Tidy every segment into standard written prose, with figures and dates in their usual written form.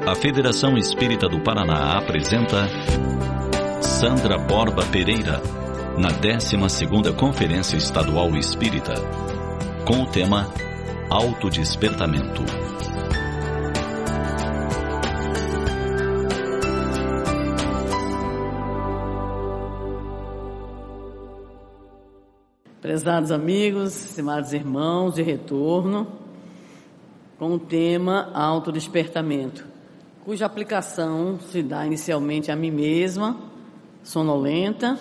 A Federação Espírita do Paraná apresenta Sandra Borba Pereira, na 12ª Conferência Estadual Espírita, com o tema Autodespertamento. Prezados amigos, estimados irmãos de retorno, com o tema Autodespertamento, cuja aplicação se dá inicialmente a mim mesma, sonolenta,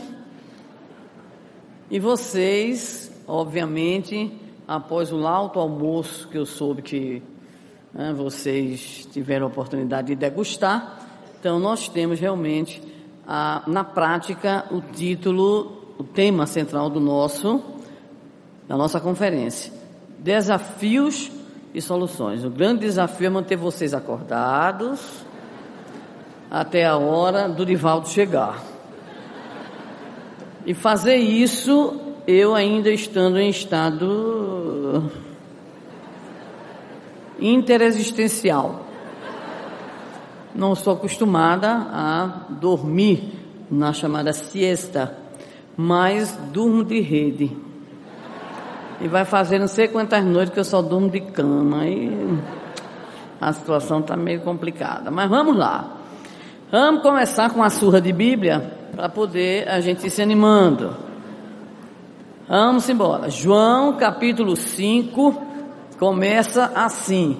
e vocês, obviamente, após o lauto almoço que eu soube que vocês tiveram a oportunidade de degustar, então nós temos realmente na prática o tema central da nossa conferência: desafios e soluções. O grande desafio é manter vocês acordados até a hora do Divaldo chegar. E fazer isso eu ainda estando em estado interexistencial. Não sou acostumada a dormir na chamada siesta, mas durmo de rede. E vai fazer não sei quantas noites que eu só durmo de cama. E a situação está meio complicada. Mas vamos lá. Vamos começar com a surra de Bíblia para poder a gente ir se animando. Vamos embora. João capítulo 5 começa assim: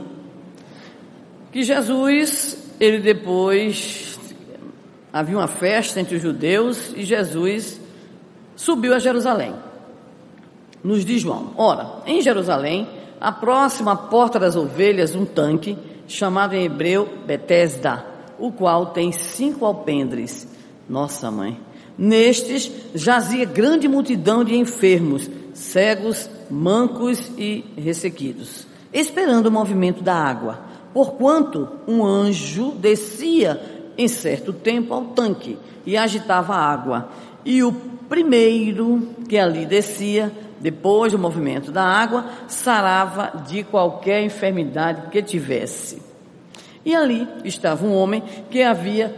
que Jesus, ele depois, havia uma festa entre os judeus e Jesus subiu a Jerusalém. Nos diz João: ora, em Jerusalém, a próxima porta das ovelhas, um tanque, chamado em hebreu Betesda, o qual tem 5 alpendres. Nossa mãe! Nestes jazia grande multidão de enfermos, cegos, mancos e ressequidos, esperando o movimento da água, porquanto um anjo descia em certo tempo ao tanque e agitava a água, e o primeiro que ali descia, depois do movimento da água, sarava de qualquer enfermidade que tivesse. E ali estava um homem que havia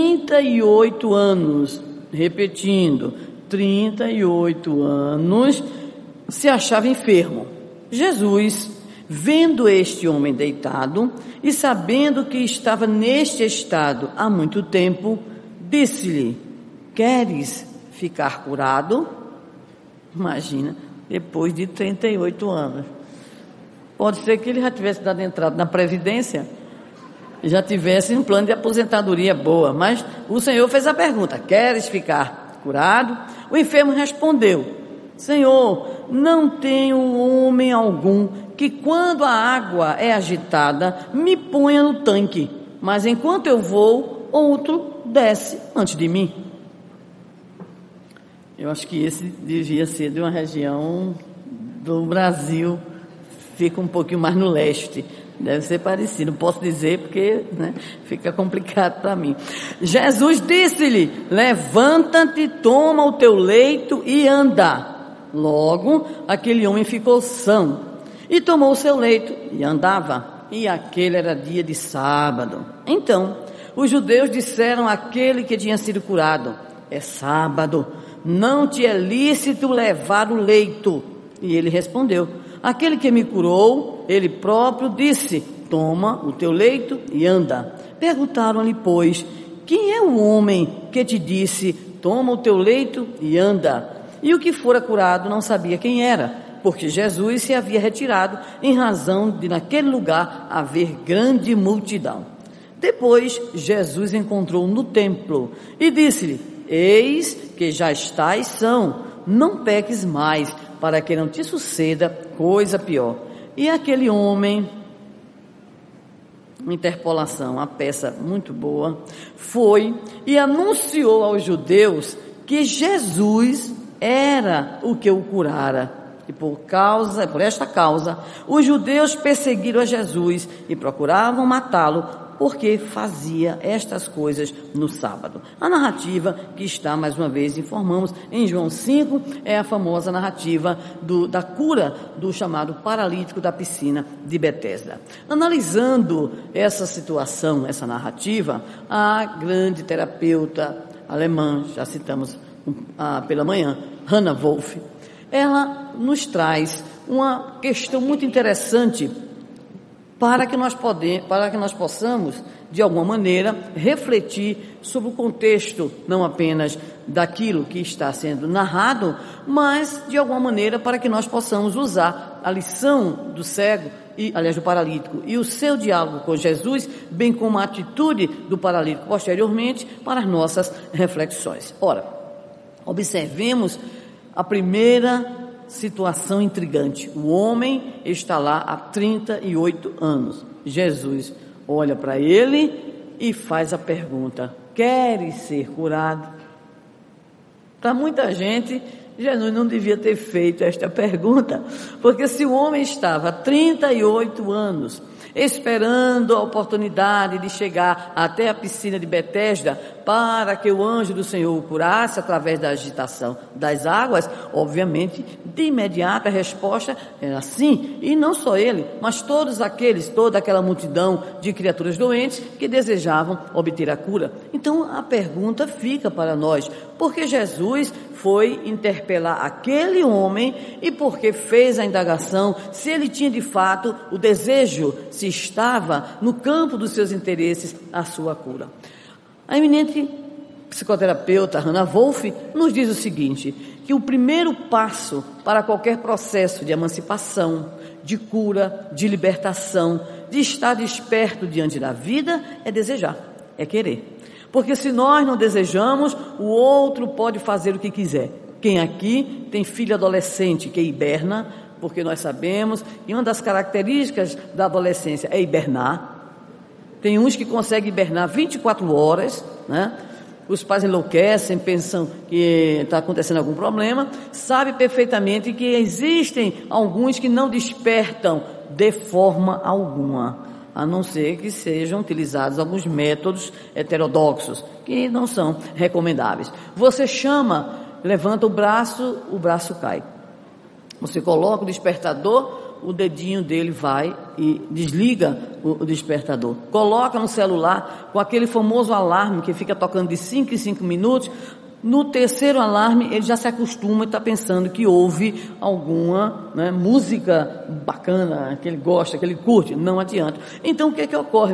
38 anos, repetindo, 38 anos, se achava enfermo. Jesus, vendo este homem deitado e sabendo que estava neste estado há muito tempo, disse-lhe: queres ficar curado? Imagina, depois de 38 anos. Pode ser que ele já tivesse dado entrada na Previdência, já tivesse um plano de aposentadoria boa, mas o Senhor fez a pergunta: queres ficar curado? O enfermo respondeu: Senhor, não tenho homem algum que, quando a água é agitada, me ponha no tanque, mas enquanto eu vou, outro desce antes de mim. Eu acho que esse devia ser de uma região do Brasil, fica um pouquinho mais no leste, deve ser parecido, não posso dizer porque fica complicado para mim. Jesus disse-lhe: levanta-te, toma o teu leito e anda. Logo aquele homem ficou são e tomou o seu leito e andava, e aquele era dia de sábado. Então os judeus disseram àquele que tinha sido curado: é sábado, não te é lícito levar o leito. E ele respondeu: aquele que me curou, ele próprio disse: toma o teu leito e anda. Perguntaram-lhe, pois: quem é o homem que te disse: toma o teu leito e anda? E o que fora curado não sabia quem era, porque Jesus se havia retirado, em razão de naquele lugar haver grande multidão. Depois Jesus encontrou no templo e disse-lhe: eis que já estás são, não peques mais, para que não te suceda coisa pior. E aquele homem, uma interpolação, uma peça muito boa, foi e anunciou aos judeus que Jesus era o que o curara. E por esta causa, os judeus perseguiram a Jesus e procuravam matá-lo, porque fazia estas coisas no sábado. A narrativa que está, mais uma vez, informamos, em João 5, é a famosa narrativa da cura do chamado paralítico da piscina de Betesda. Analisando essa situação, essa narrativa, a grande terapeuta alemã, já citamos pela manhã, Hannah Wolff, ela nos traz uma questão muito interessante para que nós possamos, de alguma maneira, refletir sobre o contexto, não apenas daquilo que está sendo narrado, mas, de alguma maneira, para que nós possamos usar a lição do cego, do paralítico, e o seu diálogo com Jesus, bem como a atitude do paralítico posteriormente, para as nossas reflexões. Ora, observemos a primeira situação intrigante. O homem está lá há 38 anos. Jesus olha para ele e faz a pergunta: queres ser curado? Para muita gente, Jesus não devia ter feito esta pergunta, porque se o homem estava há 38 anos esperando a oportunidade de chegar até a piscina de Betesda para que o anjo do Senhor o curasse através da agitação das águas, obviamente, de imediato a resposta era sim, e não só ele, mas toda aquela multidão de criaturas doentes que desejavam obter a cura. Então a pergunta fica para nós: por que Jesus foi interpelar aquele homem e porque fez a indagação se ele tinha de fato o desejo, se estava no campo dos seus interesses a sua cura? A eminente psicoterapeuta Hannah Wolff nos diz o seguinte, que o primeiro passo para qualquer processo de emancipação, de cura, de libertação, de estar desperto diante da vida é desejar, é querer. Porque se nós não desejamos, o outro pode fazer o que quiser. Quem aqui tem filho adolescente que hiberna, porque nós sabemos que uma das características da adolescência é hibernar. Tem uns que conseguem hibernar 24 horas, né? Os pais enlouquecem, pensam que está acontecendo algum problema. Sabe perfeitamente que existem alguns que não despertam de forma alguma, a não ser que sejam utilizados alguns métodos heterodoxos, que não são recomendáveis. Você chama, levanta o braço cai. Você coloca o despertador, o dedinho dele vai e desliga o despertador. Coloca no celular com aquele famoso alarme que fica tocando de 5 em 5 minutos. No terceiro alarme, ele já se acostuma e está pensando que houve alguma música bacana, que ele gosta, que ele curte. Não adianta. Então, o que é que ocorre?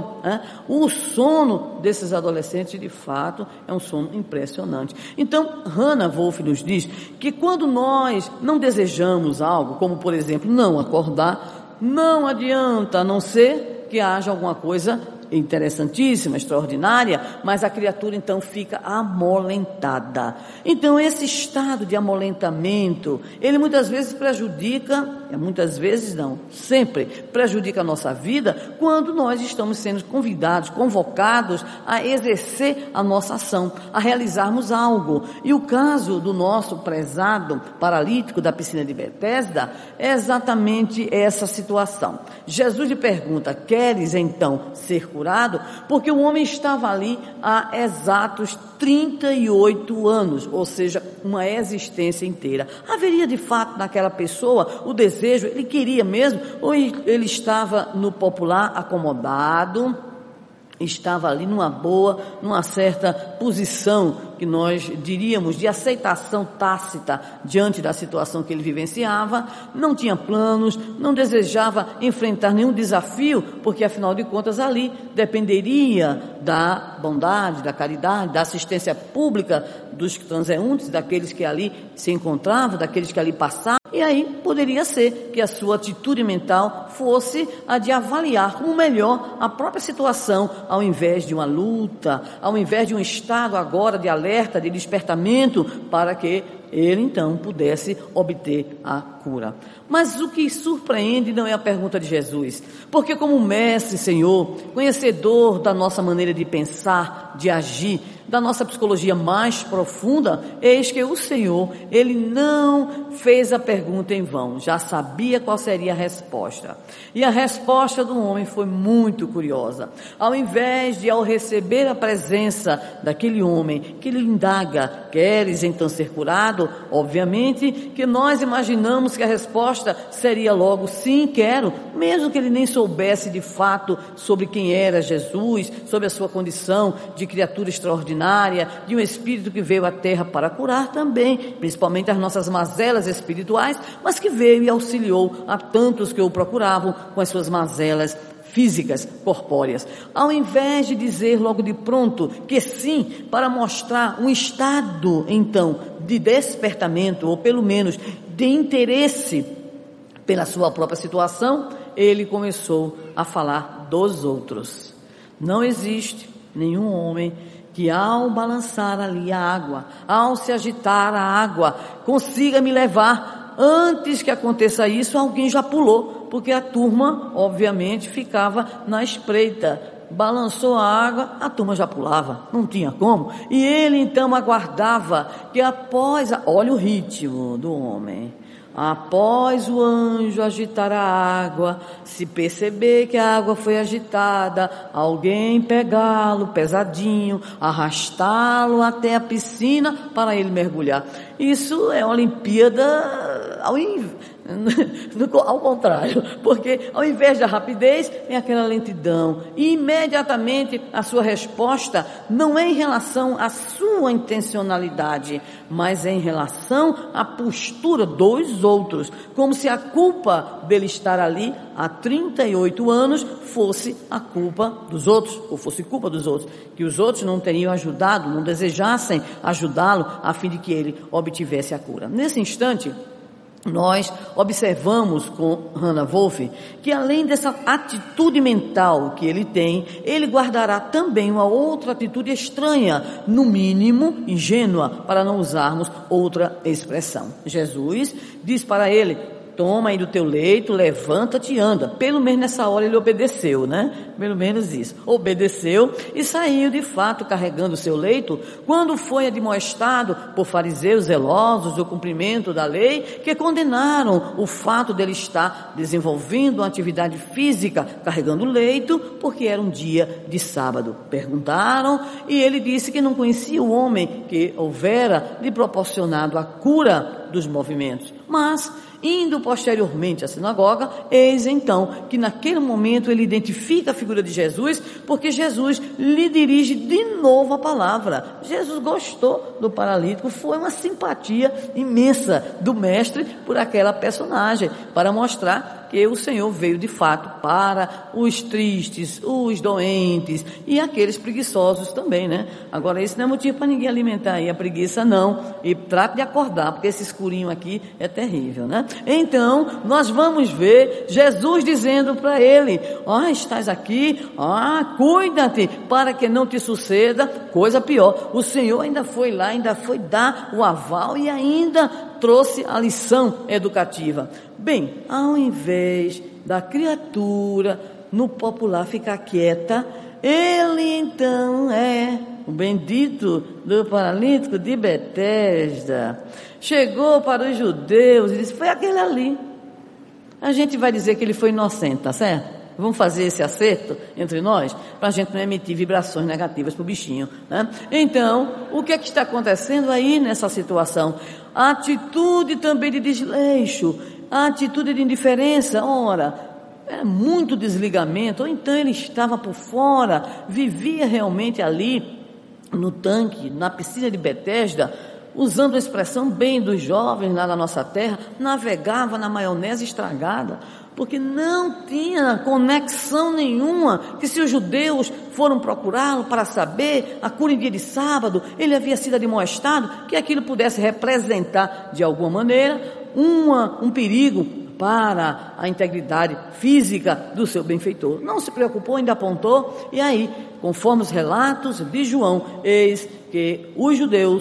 O sono desses adolescentes, de fato, é um sono impressionante. Então, Hannah Wolff nos diz que quando nós não desejamos algo, como, por exemplo, não acordar, não adianta, a não ser que haja alguma coisa interessantíssima, extraordinária, mas a criatura então fica amolentada. Então esse estado de amolentamento, ele muitas vezes sempre prejudica a nossa vida quando nós estamos sendo convidados, convocados a exercer a nossa ação, a realizarmos algo. E o caso do nosso prezado paralítico da piscina de Betesda é exatamente essa situação. Jesus lhe pergunta: queres então ser curado? Porque o homem estava ali há exatos 38 anos, ou seja, uma existência inteira. Haveria de fato naquela pessoa o desejo, ele queria mesmo, ou ele estava no popular acomodado, estava ali numa boa, numa certa posição que nós diríamos de aceitação tácita diante da situação que ele vivenciava, não tinha planos, não desejava enfrentar nenhum desafio, porque afinal de contas ali dependeria da bondade, da caridade, da assistência pública dos transeuntes, daqueles que ali se encontravam, daqueles que ali passavam. E aí poderia ser que a sua atitude mental fosse a de avaliar como melhor a própria situação, ao invés de uma luta, ao invés de um estado agora de alerta, de despertamento, para que ele então pudesse obter a cura. Mas o que surpreende não é a pergunta de Jesus, porque como mestre, Senhor, conhecedor da nossa maneira de pensar, de agir, da nossa psicologia mais profunda, eis que o Senhor, Ele não fez a pergunta em vão, já sabia qual seria a resposta. E a resposta do homem foi muito curiosa. Ao invés de, ao receber a presença daquele homem, que lhe indaga, queres então ser curado? Obviamente que nós imaginamos que a resposta seria logo, sim, quero, mesmo que ele nem soubesse de fato sobre quem era Jesus, sobre a sua condição de criatura extraordinária, de um espírito que veio à terra para curar também, principalmente as nossas mazelas espirituais, mas que veio e auxiliou a tantos que o procuravam com as suas mazelas físicas, corpóreas. Ao invés de dizer logo de pronto que sim, para mostrar um estado então de despertamento, ou pelo menos de interesse pela sua própria situação, ele começou a falar dos outros. Não existe nenhum homem que ao balançar ali a água, ao se agitar a água, consiga me levar. Antes que aconteça isso, alguém já pulou, porque a turma, obviamente, ficava na espreita. Balançou a água, a turma já pulava, não tinha como. E ele então aguardava que olha o ritmo do homem. Após o anjo agitar a água, se perceber que a água foi agitada, alguém pegá-lo pesadinho, arrastá-lo até a piscina para ele mergulhar. Isso é uma Olimpíada ao contrário, porque ao invés da rapidez, tem aquela lentidão, e imediatamente a sua resposta não é em relação à sua intencionalidade, mas é em relação à postura dos outros, como se a culpa dele estar ali há 38 anos fosse a culpa dos outros, ou fosse culpa dos outros, que os outros não teriam ajudado, não desejassem ajudá-lo a fim de que ele obtivesse a cura. Nesse instante, nós observamos com Hannah Wolff que além dessa atitude mental que ele tem, ele guardará também uma outra atitude estranha, no mínimo ingênua, para não usarmos outra expressão. Jesus diz para ele: toma aí do teu leito, levanta-te e anda. Pelo menos nessa hora ele obedeceu, né? Pelo menos isso. Obedeceu e saiu de fato carregando o seu leito, quando foi admoestado por fariseus zelosos do cumprimento da lei, que condenaram o fato dele estar desenvolvendo uma atividade física, carregando o leito, porque era um dia de sábado. Perguntaram e ele disse que não conhecia o homem que houvera lhe proporcionado a cura dos movimentos, mas indo posteriormente à sinagoga, eis então que naquele momento ele identifica a figura de Jesus, porque Jesus lhe dirige de novo a palavra. Jesus gostou do paralítico, foi uma simpatia imensa do mestre por aquela personagem, para mostrar que o Senhor veio de fato para os tristes, os doentes e aqueles preguiçosos também, né? Agora, isso não é motivo para ninguém alimentar aí a preguiça, não. E trate de acordar, porque esse escurinho aqui é terrível, né? Então, nós vamos ver Jesus dizendo para ele: estás aqui, cuida-te, para que não te suceda coisa pior. O Senhor ainda foi lá, ainda foi dar o aval e ainda trouxe a lição educativa. Bem, ao invés da criatura no popular ficar quieta, ele então é o bendito do paralítico de Betesda. Chegou para os judeus e disse: foi aquele ali. A gente vai dizer que ele foi inocente, tá certo? Vamos fazer esse acerto entre nós, para a gente não emitir vibrações negativas para o bichinho, né? Então, o que é que está acontecendo aí nessa situação? A atitude também de desleixo, a atitude de indiferença. Ora, era muito desligamento, ou então ele estava por fora, vivia realmente ali no tanque, na piscina de Betesda, usando a expressão bem dos jovens lá na nossa terra, navegava na maionese estragada, porque não tinha conexão nenhuma, que se os judeus foram procurá-lo para saber a cura em dia de sábado, ele havia sido admoestado, que aquilo pudesse representar de alguma maneira um perigo para a integridade física do seu benfeitor. Não se preocupou, ainda apontou, e aí, conforme os relatos de João, eis que os judeus,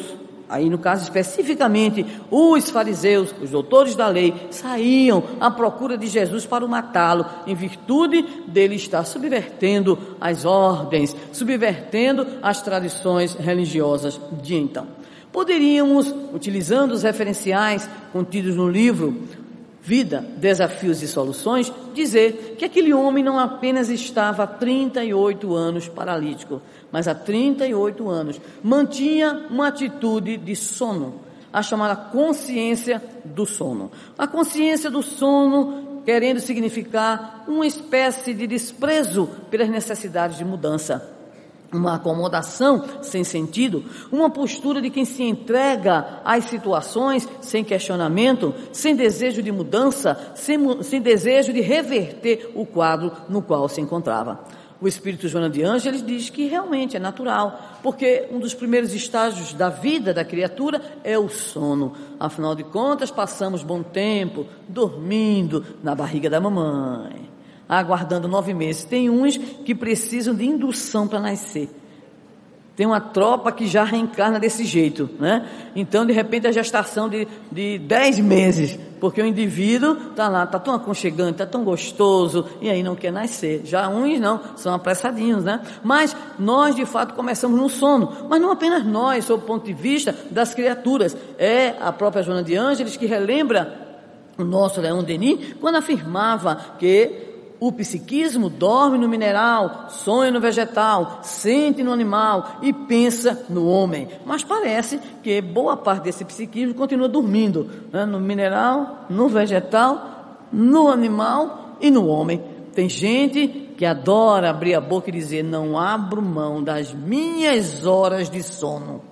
aí no caso especificamente, os fariseus, os doutores da lei, saíam à procura de Jesus para o matá-lo, em virtude dele estar subvertendo as ordens, subvertendo as tradições religiosas de então. Poderíamos, utilizando os referenciais contidos no livro Vida, Desafios e Soluções, dizer que aquele homem não apenas estava há 38 anos paralítico, mas há 38 anos mantinha uma atitude de sono, a chamada consciência do sono. A consciência do sono querendo significar uma espécie de desprezo pelas necessidades de mudança, uma acomodação sem sentido, uma postura de quem se entrega às situações sem questionamento, sem desejo de mudança, sem desejo de reverter o quadro no qual se encontrava. O espírito Joana de Ângeles diz que realmente é natural, porque um dos primeiros estágios da vida da criatura é o sono. Afinal de contas, passamos bom tempo dormindo na barriga da mamãe, aguardando 9 meses. Tem uns que precisam de indução para nascer. Tem uma tropa que já reencarna desse jeito, né? Então, de repente, a gestação de 10 meses, porque o indivíduo está lá, está tão aconchegante, está tão gostoso, e aí não quer nascer. Já uns não, são apressadinhos, né? Mas nós, de fato, começamos no sono. Mas não apenas nós, sob o ponto de vista das criaturas. É a própria Joana de Ângeles que relembra o nosso Leon Denis, quando afirmava que o psiquismo dorme no mineral, sonha no vegetal, sente no animal e pensa no homem. Mas parece que boa parte desse psiquismo continua dormindo, né? No mineral, no vegetal, no animal e no homem. Tem gente que adora abrir a boca e dizer: não abro mão das minhas horas de sono.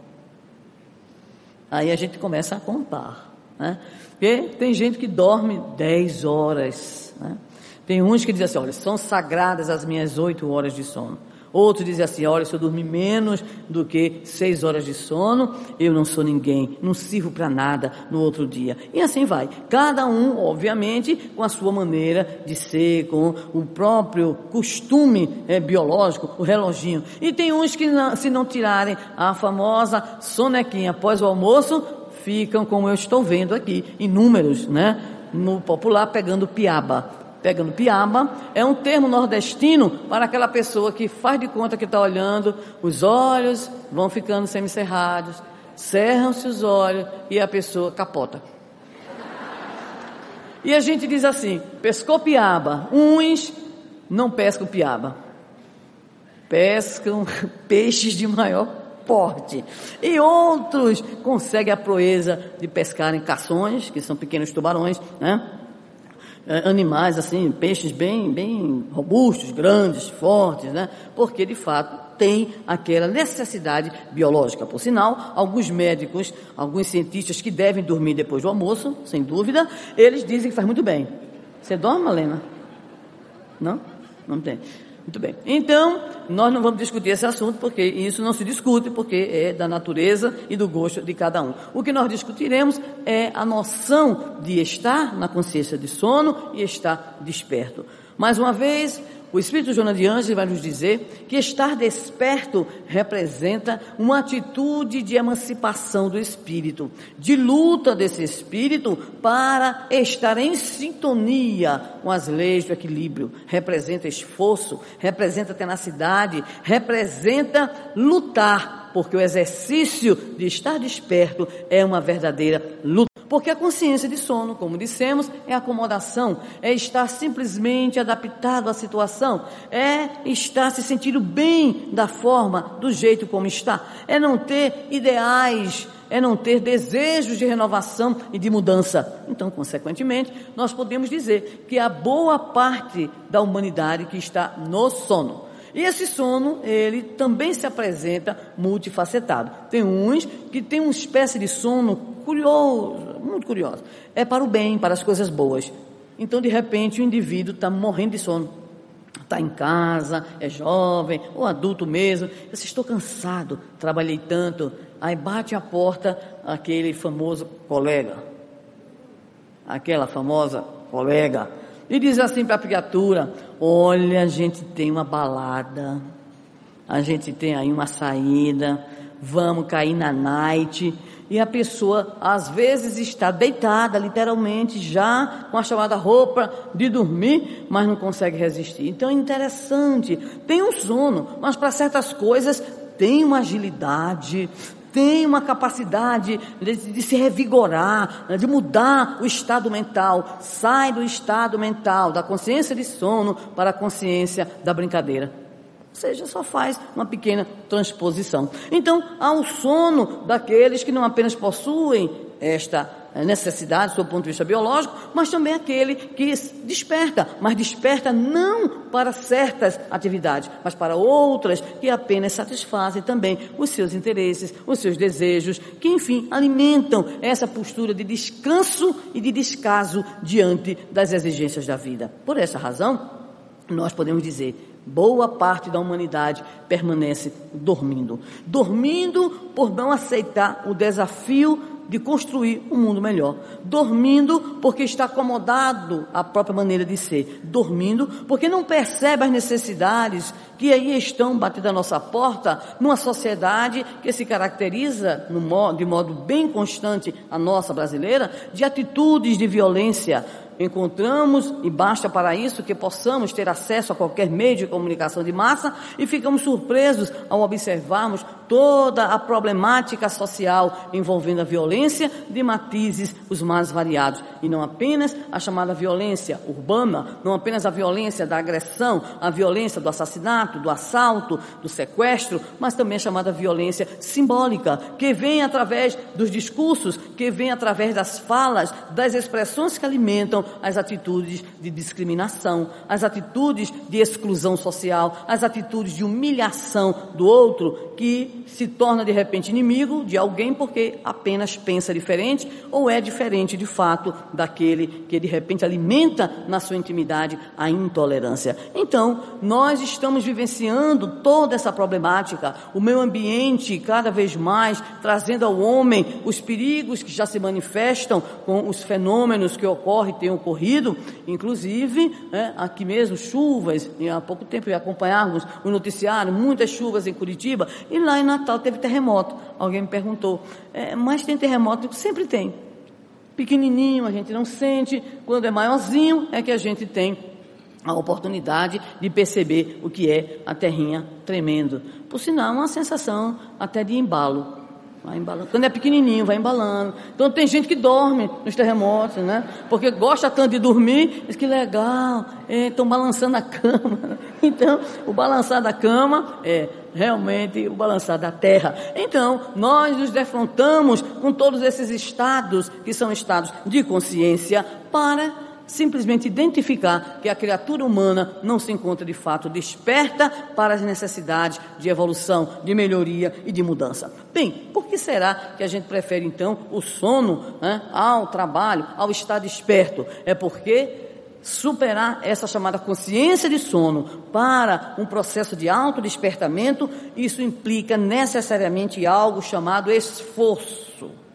Aí a gente começa a contar, né? Porque tem gente que dorme 10 horas, né? Tem uns que dizem assim: olha, são sagradas as minhas 8 horas de sono. Outros dizem assim: olha, se eu dormir menos do que 6 horas de sono, eu não sou ninguém, não sirvo para nada no outro dia. E assim vai. Cada um, obviamente, com a sua maneira de ser, com o próprio costume biológico, o reloginho. E tem uns que, se não tirarem a famosa sonequinha após o almoço, ficam, como eu estou vendo aqui, inúmeros, né? No popular, pegando piaba. Pegando piaba é um termo nordestino para aquela pessoa que faz de conta que está olhando, os olhos vão ficando semicerrados, cerram-se os olhos e a pessoa capota. E a gente diz assim: pescou piaba. Uns não pescam piaba, pescam peixes de maior porte, e outros conseguem a proeza de pescarem cações, que são pequenos tubarões, né? Animais assim, peixes bem robustos, grandes, fortes, né? Porque de fato tem aquela necessidade biológica. Por sinal, alguns médicos, alguns cientistas que devem dormir depois do almoço, sem dúvida, eles dizem que faz muito bem. Você dorme, Malena? Não? Não tem. Muito bem. Então, nós não vamos discutir esse assunto, porque isso não se discute, porque é da natureza e do gosto de cada um. O que nós discutiremos é a noção de estar na consciência de sono e estar desperto. Mais uma vez, o espírito Joana de Ângeles vai nos dizer que estar desperto representa uma atitude de emancipação do espírito, de luta desse espírito para estar em sintonia com as leis do equilíbrio. Representa esforço, representa tenacidade, representa lutar, porque o exercício de estar desperto é uma verdadeira luta. Porque a consciência de sono, como dissemos, é acomodação, é estar simplesmente adaptado à situação, é estar se sentindo bem da forma, do jeito como está, é não ter ideais, é não ter desejos de renovação e de mudança. Então, consequentemente, nós podemos dizer que a boa parte da humanidade que está no sono. E esse sono, ele também se apresenta multifacetado. Tem uns que tem uma espécie de sono curioso, muito curioso. É para o bem, para as coisas boas. Então, de repente, o indivíduo está morrendo de sono. Está em casa, é jovem, ou adulto mesmo. Eu disse: estou cansado, trabalhei tanto. Aí bate a porta aquele famoso colega, aquela famosa colega, e diz assim para a criatura: olha, a gente tem uma balada, a gente tem aí uma saída, vamos cair na night. E a pessoa, às vezes, está deitada, literalmente, já com a chamada roupa de dormir, mas não consegue resistir. Então é interessante, tem um sono, mas para certas coisas tem uma agilidade, tem uma capacidade de se revigorar, de mudar o estado mental. Sai do estado mental, da consciência de sono para a consciência da brincadeira. Ou seja, só faz uma pequena transposição. Então, há o sono daqueles que não apenas possuem esta necessidade, do seu ponto de vista biológico, mas também aquele que desperta, mas desperta não para certas atividades, mas para outras que apenas satisfazem também os seus interesses, os seus desejos, que enfim alimentam essa postura de descanso e de descaso diante das exigências da vida. Por essa razão, nós podemos dizer, boa parte da humanidade permanece dormindo. Dormindo por não aceitar o desafio de construir um mundo melhor. Dormindo porque está acomodado à própria maneira de ser. Dormindo porque não percebe as necessidades que aí estão batendo à nossa porta, numa sociedade que se caracteriza de modo bem constante, a nossa brasileira, de atitudes de violência. Encontramos, e basta para isso que possamos ter acesso a qualquer meio de comunicação de massa, e ficamos surpresos ao observarmos toda a problemática social envolvendo a violência de matizes os mais variados. E não apenas a chamada violência urbana, não apenas a violência da agressão, a violência do assassinato, do assalto, do sequestro, mas também a chamada violência simbólica, que vem através dos discursos, que vem através das falas, das expressões que alimentam as atitudes de discriminação, as atitudes de exclusão social, as atitudes de humilhação do outro, que se torna de repente inimigo de alguém porque apenas pensa diferente ou é diferente de fato daquele que de repente alimenta na sua intimidade a intolerância. Então, nós estamos vivenciando toda essa problemática, o meio ambiente cada vez mais trazendo ao homem os perigos que já se manifestam com os fenômenos que ocorrem, têm ocorrido, inclusive aqui mesmo chuvas, e há pouco tempo acompanhávamos o noticiário, muitas chuvas em Curitiba, e lá em Natal teve terremoto. Alguém me perguntou, mas tem terremoto? Sempre tem. Pequenininho, a gente não sente, quando é maiorzinho é que a gente tem a oportunidade de perceber o que é a terrinha tremendo. Por sinal, uma sensação até de embalo. Vai embalando. Quando é pequenininho, vai embalando. Então tem gente que dorme nos terremotos, né? Porque gosta tanto de dormir, diz que legal, estão balançando a cama. Então, o balançar da cama é realmente o balançar da terra. Então, nós nos defrontamos com todos esses estados, que são estados de consciência, para simplesmente identificar que a criatura humana não se encontra de fato desperta para as necessidades de evolução, de melhoria e de mudança. Bem, por que será que a gente prefere então o sono ao trabalho, ao estar desperto? É porque superar essa chamada consciência de sono para um processo de autodespertamento, isso implica necessariamente algo chamado esforço,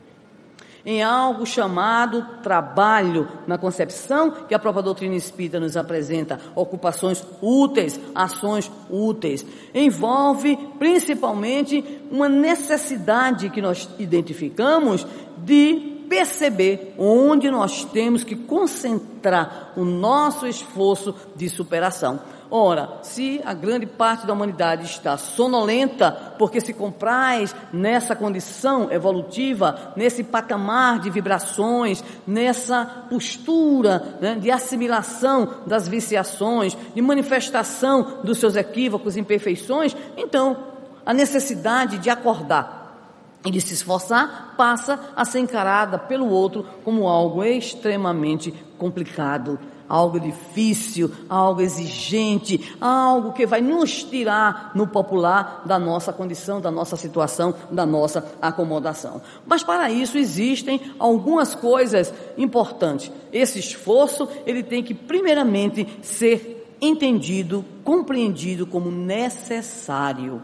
em algo chamado trabalho, na concepção que a própria doutrina espírita nos apresenta, ocupações úteis, ações úteis. Envolve principalmente uma necessidade que nós identificamos de perceber onde nós temos que concentrar o nosso esforço de superação. Ora, se a grande parte da humanidade está sonolenta, porque se compraz nessa condição evolutiva, nesse patamar de vibrações, nessa postura de assimilação das viciações, de manifestação dos seus equívocos e imperfeições, então a necessidade de acordar e de se esforçar passa a ser encarada pelo outro como algo extremamente complicado, algo difícil, algo exigente, algo que vai nos tirar no popular da nossa condição, da nossa situação, da nossa acomodação. Mas para isso existem algumas coisas importantes. Esse esforço, ele tem que primeiramente ser entendido, compreendido como necessário.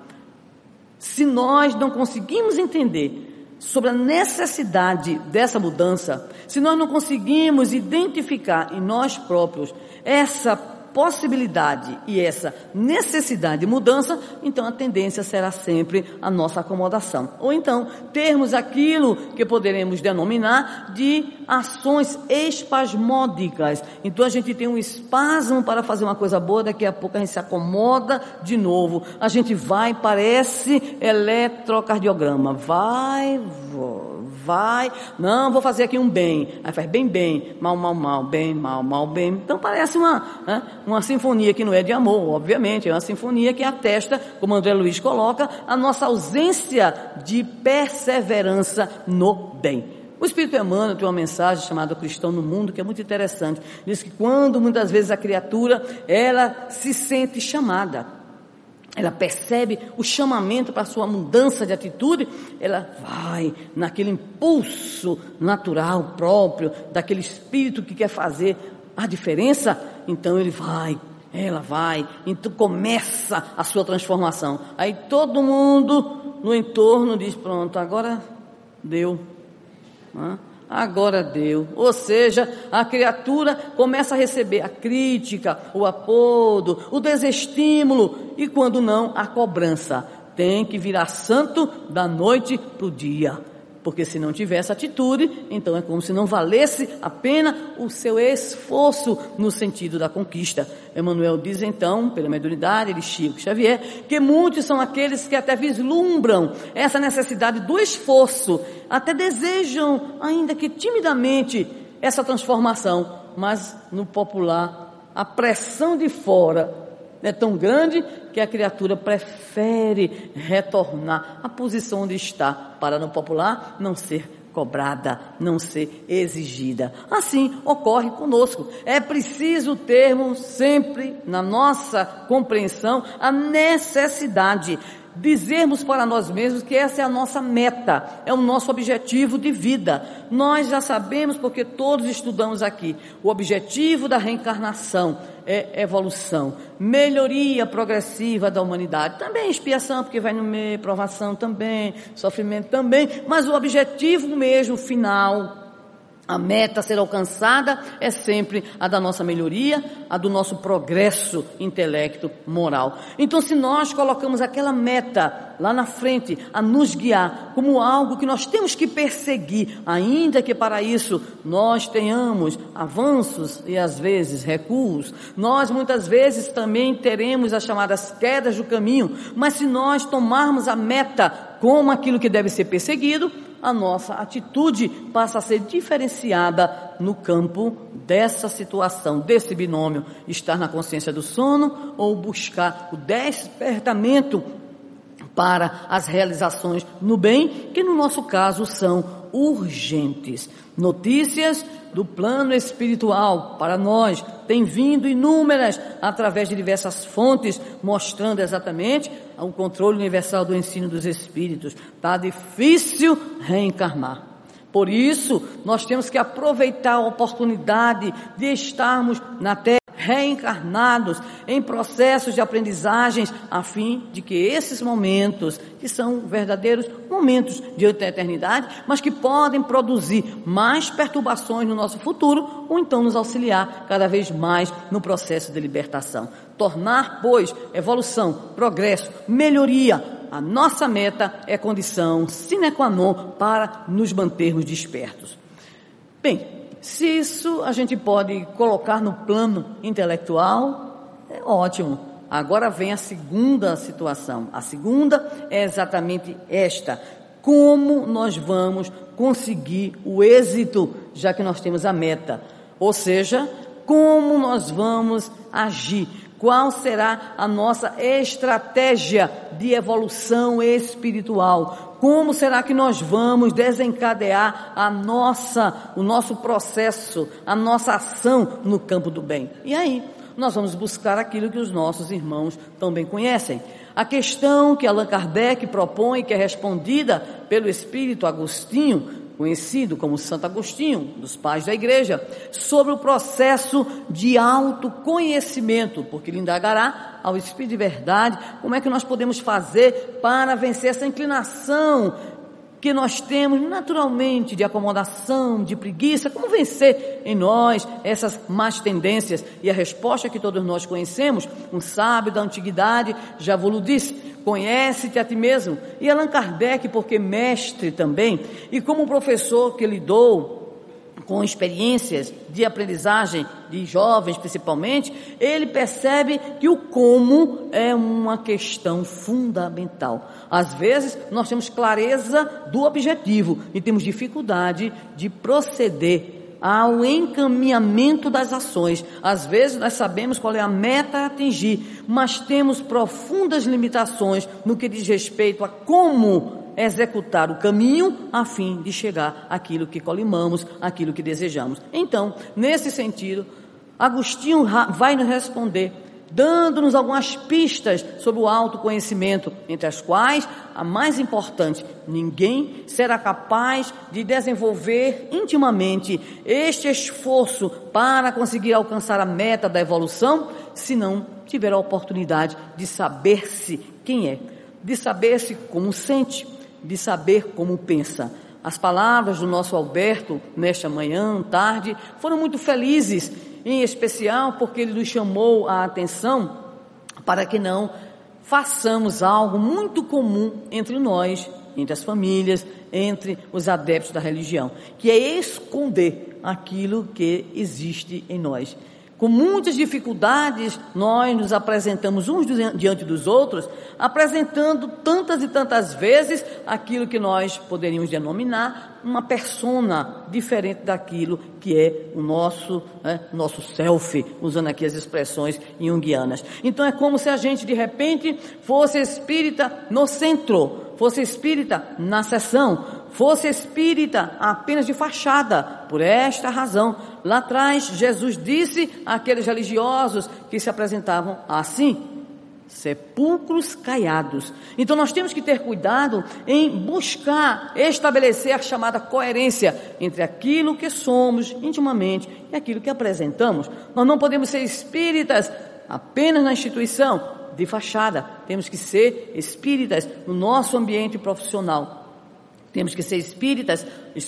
Se nós não conseguimos entender sobre a necessidade dessa mudança, se nós não conseguimos identificar em nós próprios essa possibilidade e essa necessidade de mudança, então a tendência será sempre a nossa acomodação. Ou então, termos aquilo que poderemos denominar de ações espasmódicas. Então a gente tem um espasmo para fazer uma coisa boa, daqui a pouco a gente se acomoda de novo. A gente vai, parece eletrocardiograma. Vai, não, vou fazer aqui um bem. Aí faz bem, mal, bem, mal, bem. Então parece uma sinfonia que não é de amor, obviamente. É uma sinfonia que atesta, como André Luiz coloca, a nossa ausência de perseverança no bem. O Espírito Emmanuel tem uma mensagem chamada Cristão no Mundo, que é muito interessante. Diz que quando muitas vezes a criatura, ela se sente chamada, ela percebe o chamamento para a sua mudança de atitude, ela vai naquele impulso natural próprio, daquele espírito que quer fazer a diferença, então ela vai, então começa a sua transformação. Aí todo mundo no entorno diz, pronto, agora deu. Agora deu. Ou seja, a criatura começa a receber a crítica, o apodo, o desestímulo e, quando não, a cobrança. Tem que virar santo da noite para o dia. Porque se não tivesse atitude, então é como se não valesse a pena o seu esforço no sentido da conquista. Emmanuel diz então, pela mediunidade de Chico Xavier, que muitos são aqueles que até vislumbram essa necessidade do esforço, até desejam, ainda que timidamente, essa transformação, mas no popular, a pressão de fora é tão grande que a criatura prefere retornar à posição onde está, para no popular não ser cobrada, não ser exigida. Assim ocorre conosco. É preciso termos sempre na nossa compreensão a necessidade, dizermos para nós mesmos que essa é a nossa meta, é o nosso objetivo de vida. Nós já sabemos, porque todos estudamos aqui, o objetivo da reencarnação é evolução, melhoria progressiva da humanidade, também expiação, porque vai no meio, provação também, sofrimento também, mas o objetivo mesmo final, a meta a ser alcançada é sempre a da nossa melhoria, a do nosso progresso intelecto moral. Então, se nós colocamos aquela meta lá na frente a nos guiar como algo que nós temos que perseguir, ainda que para isso nós tenhamos avanços e às vezes recuos, nós muitas vezes também teremos as chamadas quedas do caminho, mas se nós tomarmos a meta como aquilo que deve ser perseguido, a nossa atitude passa a ser diferenciada no campo dessa situação, desse binômio, estar na consciência do sono ou buscar o despertamento para as realizações no bem, que no nosso caso são urgentes. Notícias do plano espiritual para nós têm vindo inúmeras através de diversas fontes, mostrando exatamente o controle universal do ensino dos espíritos. Está difícil reencarnar. Por isso, nós temos que aproveitar a oportunidade de estarmos na Terra reencarnados em processos de aprendizagens, a fim de que esses momentos, que são verdadeiros momentos de eternidade, mas que podem produzir mais perturbações no nosso futuro, ou então nos auxiliar cada vez mais no processo de libertação. Tornar, pois, evolução, progresso, melhoria, a nossa meta é condição sine qua non para nos mantermos despertos. Bem, se isso a gente pode colocar no plano intelectual, é ótimo. Agora vem a segunda situação. A segunda é exatamente esta: como nós vamos conseguir o êxito, já que nós temos a meta? Ou seja, como nós vamos agir? Qual será a nossa estratégia de evolução espiritual? Como será que nós vamos desencadear o nosso processo, a nossa ação no campo do bem? E aí, nós vamos buscar aquilo que os nossos irmãos também conhecem. A questão que Allan Kardec propõe, que é respondida pelo Espírito Agostinho, conhecido como Santo Agostinho, dos pais da igreja, sobre o processo de autoconhecimento, porque ele indagará ao Espírito de verdade como é que nós podemos fazer para vencer essa inclinação que nós temos naturalmente de acomodação, de preguiça, como vencer em nós essas más tendências? E a resposta que todos nós conhecemos, um sábio da antiguidade já vos disse: conhece-te a ti mesmo. E Allan Kardec, porque mestre também, e como professor que lidou com experiências de aprendizagem de jovens principalmente, ele percebe que o como é uma questão fundamental. Às vezes nós temos clareza do objetivo e temos dificuldade de proceder ao encaminhamento das ações. Às vezes nós sabemos qual é a meta a atingir, mas temos profundas limitações no que diz respeito a como executar o caminho a fim de chegar àquilo que colimamos, àquilo que desejamos. Então, nesse sentido, Agostinho vai nos responder, dando-nos algumas pistas sobre o autoconhecimento, entre as quais a mais importante: ninguém será capaz de desenvolver intimamente este esforço para conseguir alcançar a meta da evolução, se não tiver a oportunidade de saber-se quem é, de saber-se como sente, de saber como pensa. As palavras do nosso Alberto, nesta manhã, tarde, foram muito felizes, em especial porque ele nos chamou a atenção para que não façamos algo muito comum entre nós, entre as famílias, entre os adeptos da religião, que é esconder aquilo que existe em nós. Com muitas dificuldades, nós nos apresentamos uns diante dos outros, apresentando tantas e tantas vezes aquilo que nós poderíamos denominar uma persona diferente daquilo que é o nosso self, usando aqui as expressões junguianas. Então é como se a gente de repente fosse espírita no centro, fosse espírita na seção, fosse espírita apenas de fachada. Por esta razão, lá atrás Jesus disse àqueles religiosos que se apresentavam assim: sepulcros caiados. Então nós temos que ter cuidado em buscar estabelecer a chamada coerência entre aquilo que somos intimamente e aquilo que apresentamos. Nós não podemos ser espíritas apenas na instituição, de fachada. Temos que ser espíritas no nosso ambiente profissional. Temos que ser espíritas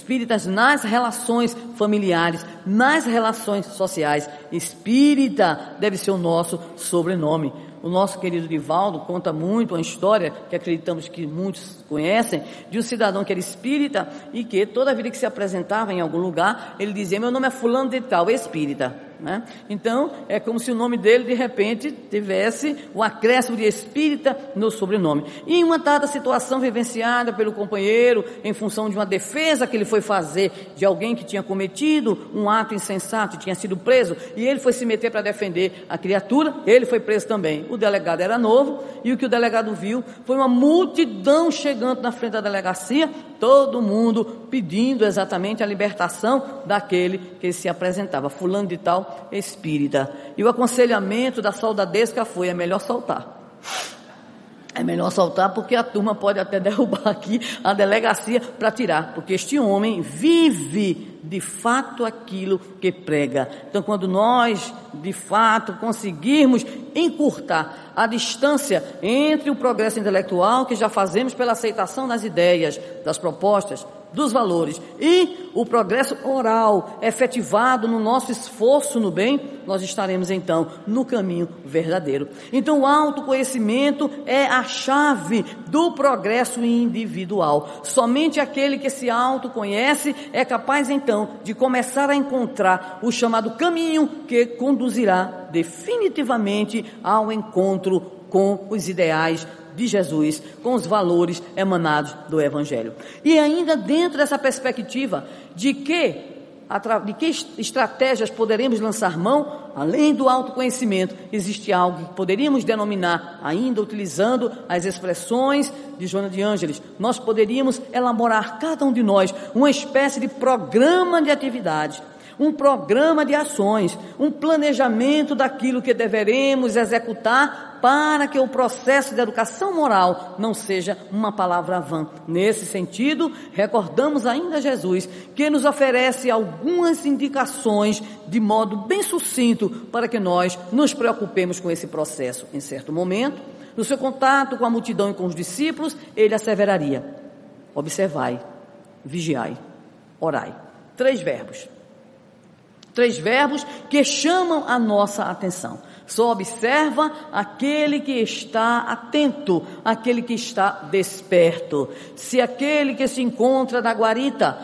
nas relações familiares, nas relações sociais. Espírita deve ser o nosso sobrenome. O nosso querido Divaldo conta muito uma história que acreditamos que muitos conhecem, de um cidadão que era espírita e que toda vida que se apresentava em algum lugar, ele dizia: meu nome é fulano de tal, espírita. Né? Então, é como se o nome dele, de repente, tivesse o acréscimo de espírita no sobrenome. E em uma dada situação vivenciada pelo companheiro, em função de uma defesa que ele foi fazer de alguém que tinha cometido um ato insensato e tinha sido preso, e ele foi se meter para defender a criatura, ele foi preso também. O delegado era novo, e o que o delegado viu foi uma multidão chegando na frente da delegacia, todo mundo pedindo exatamente a libertação daquele que se apresentava, fulano de tal, espírita. E o aconselhamento da soldadesca foi: é melhor soltar. É melhor soltar, porque a turma pode até derrubar aqui a delegacia para tirar, porque este homem vive de fato aquilo que prega. Então, quando nós de fato conseguirmos encurtar a distância entre o progresso intelectual que já fazemos pela aceitação das ideias, das propostas, dos valores, e o progresso oral efetivado no nosso esforço no bem, nós estaremos então no caminho verdadeiro. Então o autoconhecimento é a chave do progresso individual. Somente aquele que se autoconhece é capaz então de começar a encontrar o chamado caminho que conduzirá definitivamente ao encontro com os ideais de Jesus, com os valores emanados do Evangelho. E ainda dentro dessa perspectiva de que estratégias poderemos lançar mão, além do autoconhecimento, existe algo que poderíamos denominar, ainda utilizando as expressões de Joana de Ângeles, nós poderíamos elaborar, cada um de nós, uma espécie de programa de atividades, um programa de ações, um planejamento daquilo que deveremos executar para que o processo de educação moral não seja uma palavra vã. Nesse sentido, recordamos ainda Jesus, que nos oferece algumas indicações de modo bem sucinto para que nós nos preocupemos com esse processo. Em certo momento, no seu contato com a multidão e com os discípulos, ele asseveraria: observai, vigiai, orai. 3 verbos. 3 verbos que chamam a nossa atenção. Só observa aquele que está atento, aquele que está desperto. Se aquele que se encontra na guarita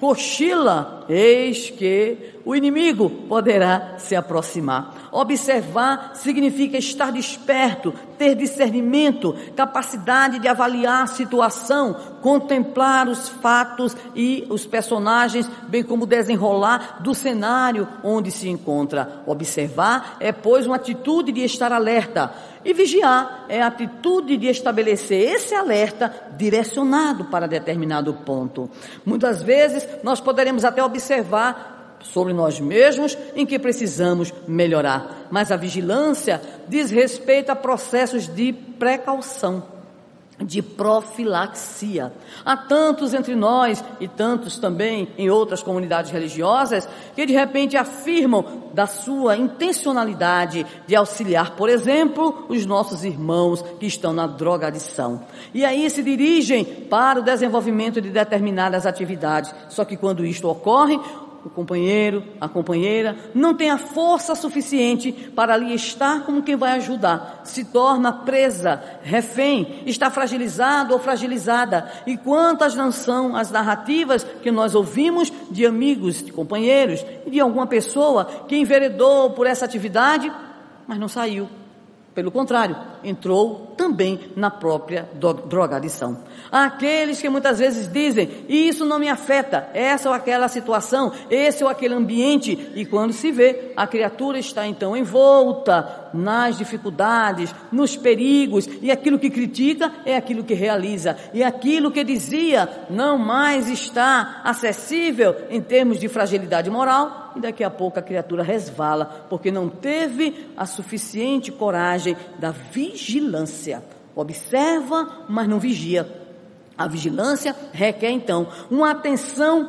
cochila, eis que o inimigo poderá se aproximar. Observar significa estar desperto, ter discernimento, capacidade de avaliar a situação, contemplar os fatos e os personagens, bem como desenrolar do cenário onde se encontra. Observar é, pois, uma atitude de estar alerta. E vigiar é a atitude de estabelecer esse alerta direcionado para determinado ponto. Muitas vezes nós poderemos até observar sobre nós mesmos em que precisamos melhorar. Mas a vigilância diz respeito a processos de precaução, de profilaxia. Há tantos entre nós e tantos também em outras comunidades religiosas que de repente afirmam da sua intencionalidade de auxiliar, por exemplo, os nossos irmãos que estão na drogadição. E aí se dirigem para o desenvolvimento de determinadas atividades. Só que quando isto ocorre, o companheiro, a companheira, não tem a força suficiente para ali estar como quem vai ajudar. Se torna presa, refém, está fragilizado ou fragilizada. E quantas não são as narrativas que nós ouvimos de amigos, de companheiros, e de alguma pessoa que enveredou por essa atividade, mas não saiu. Pelo contrário, entrou também na própria drogadição. Há aqueles que muitas vezes dizem, isso não me afeta, essa ou aquela situação, esse ou aquele ambiente, e quando se vê, a criatura está então envolta nas dificuldades, nos perigos, e aquilo que critica é aquilo que realiza, e aquilo que dizia não mais está acessível em termos de fragilidade moral, e daqui a pouco a criatura resvala, porque não teve a suficiente coragem da vigilância. Observa, mas não vigia. A vigilância requer então uma atenção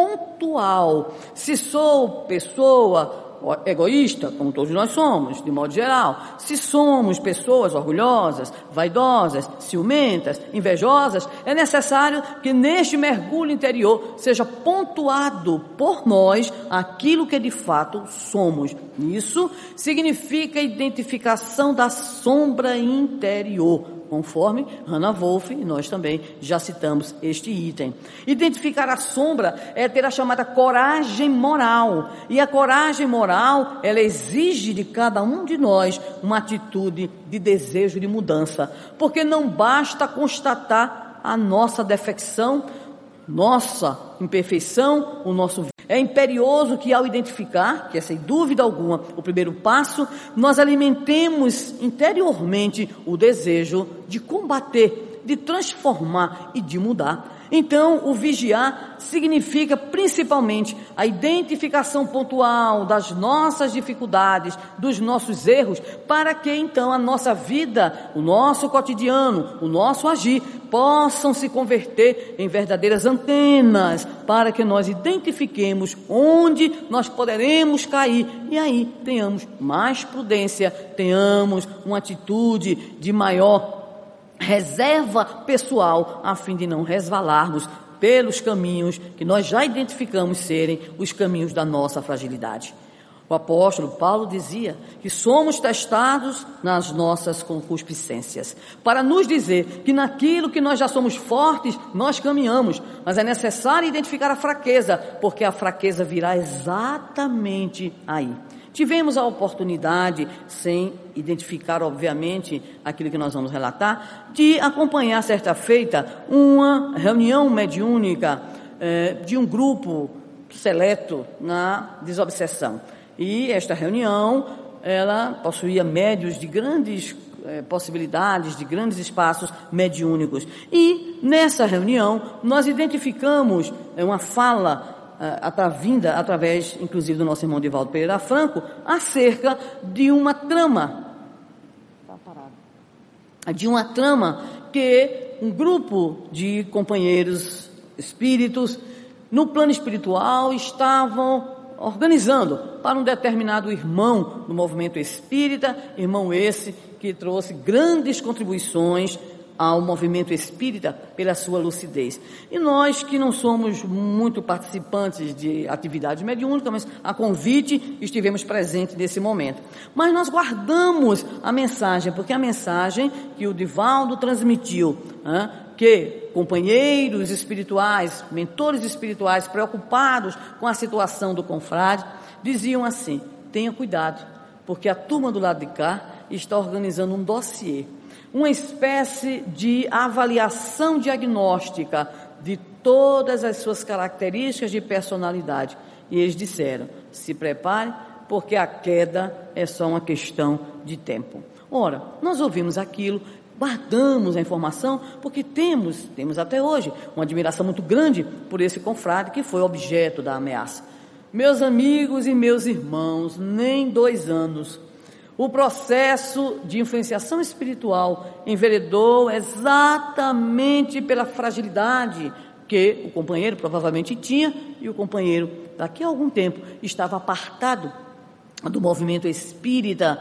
pontual. Se sou pessoa egoísta, como todos nós somos, de modo geral, se somos pessoas orgulhosas, vaidosas, ciumentas, invejosas, é necessário que neste mergulho interior seja pontuado por nós aquilo que de fato somos. Isso significa identificação da sombra interior, conforme Hannah Wolff, e nós também já citamos este item. Identificar a sombra é ter a chamada coragem moral, e a coragem moral, ela exige de cada um de nós uma atitude de desejo de mudança, porque não basta constatar a nossa defecção, nossa imperfeição, o nosso... É imperioso que ao identificar, que é sem dúvida alguma o primeiro passo, nós alimentemos interiormente o desejo de combater, de transformar e de mudar. Então, o vigiar significa principalmente a identificação pontual das nossas dificuldades, dos nossos erros, para que então a nossa vida, o nosso cotidiano, o nosso agir, possam se converter em verdadeiras antenas, para que nós identifiquemos onde nós poderemos cair, e aí tenhamos mais prudência, tenhamos uma atitude de maior reserva pessoal, a fim de não resvalarmos pelos caminhos que nós já identificamos serem os caminhos da nossa fragilidade. O apóstolo Paulo dizia que somos testados nas nossas concupiscências, para nos dizer que naquilo que nós já somos fortes, nós caminhamos, mas é necessário identificar a fraqueza, porque a fraqueza virá exatamente aí. Tivemos a oportunidade, sem identificar obviamente aquilo que nós vamos relatar, de acompanhar certa feita uma reunião mediúnica de um grupo seleto na desobsessão. E esta reunião, ela possuía médios de grandes possibilidades, de grandes espaços mediúnicos. E nessa reunião nós identificamos uma fala vinda através, inclusive, do nosso irmão Divaldo Pereira Franco, acerca de uma trama, que um grupo de companheiros espíritos, no plano espiritual, estavam organizando para um determinado irmão do movimento espírita, irmão esse que trouxe grandes contribuições ao movimento espírita pela sua lucidez. E nós que não somos muito participantes de atividades mediúnicas, mas a convite estivemos presentes nesse momento. Mas nós guardamos a mensagem, porque a mensagem que o Divaldo transmitiu, que companheiros espirituais, mentores espirituais preocupados com a situação do confrade, diziam assim: tenha cuidado, porque a turma do lado de cá está organizando um dossiê, uma espécie de avaliação diagnóstica de todas as suas características de personalidade. E eles disseram: se prepare, porque a queda é só uma questão de tempo. Ora, nós ouvimos aquilo, guardamos a informação, porque temos até hoje uma admiração muito grande por esse confrade que foi objeto da ameaça. Meus amigos e meus irmãos, nem 2 anos, o processo de influenciação espiritual enveredou exatamente pela fragilidade que o companheiro provavelmente tinha, e o companheiro, daqui a algum tempo, estava apartado do movimento espírita,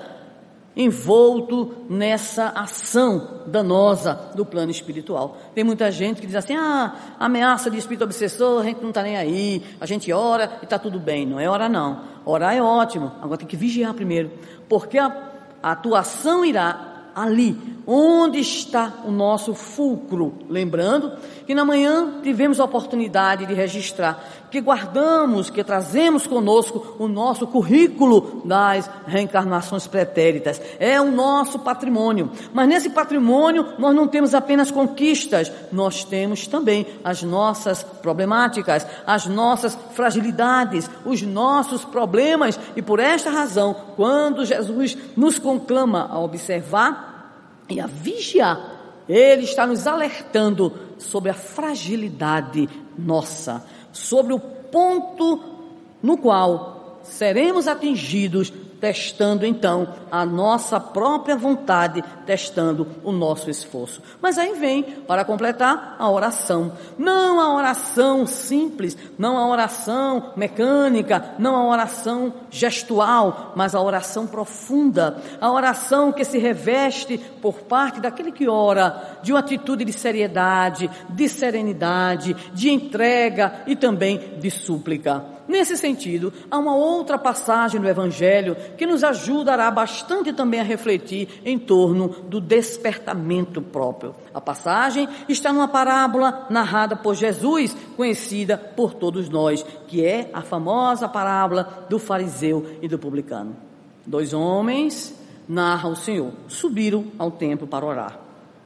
envolto nessa ação danosa do plano espiritual. Tem muita gente que diz assim: ameaça de espírito obsessor, a gente não está nem aí, a gente ora e está tudo bem. Não é orar não, orar é ótimo, agora tem que vigiar primeiro, porque a atuação irá ali onde está o nosso fulcro. Lembrando que na manhã tivemos a oportunidade de registrar, que guardamos, que trazemos conosco o nosso currículo das reencarnações pretéritas. É o nosso patrimônio. Mas nesse patrimônio nós não temos apenas conquistas, nós temos também as nossas problemáticas, as nossas fragilidades, os nossos problemas. E por esta razão, quando Jesus nos conclama a observar e a vigiar, Ele está nos alertando sobre a fragilidade nossa, sobre o ponto no qual seremos atingidos, testando então a nossa própria vontade, testando o nosso esforço. Mas aí vem, para completar, a oração. Não a oração simples, não a oração mecânica, não a oração gestual, mas a oração profunda, a oração que se reveste por parte daquele que ora de uma atitude de seriedade, de serenidade, de entrega e também de súplica. Nesse sentido, há uma outra passagem do Evangelho que nos ajudará bastante também a refletir em torno do despertamento próprio. A passagem está numa parábola narrada por Jesus, conhecida por todos nós, que é a famosa parábola do fariseu e do publicano. 2 homens, narra o Senhor, subiram ao templo para orar.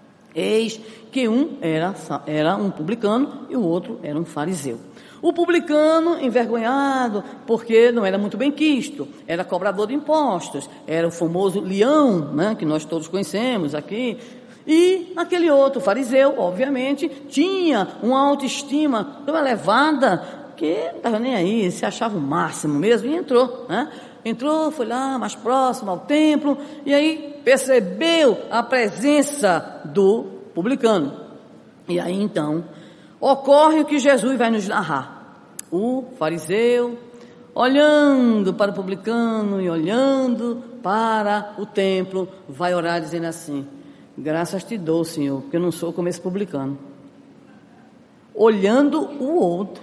Eis que um era um publicano e o outro era um fariseu. O publicano, envergonhado, porque não era muito bem quisto, era cobrador de impostos, era o famoso leão, que nós todos conhecemos aqui. E aquele outro fariseu, obviamente, tinha uma autoestima tão elevada que não estava nem aí, se achava o máximo mesmo, e entrou, Entrou, foi lá mais próximo ao templo, e aí percebeu a presença do publicano. E aí então ocorre o que Jesus vai nos narrar. O fariseu, olhando para o publicano e olhando para o templo, vai orar dizendo assim: graças te dou, Senhor, porque eu não sou como esse publicano. Olhando o outro.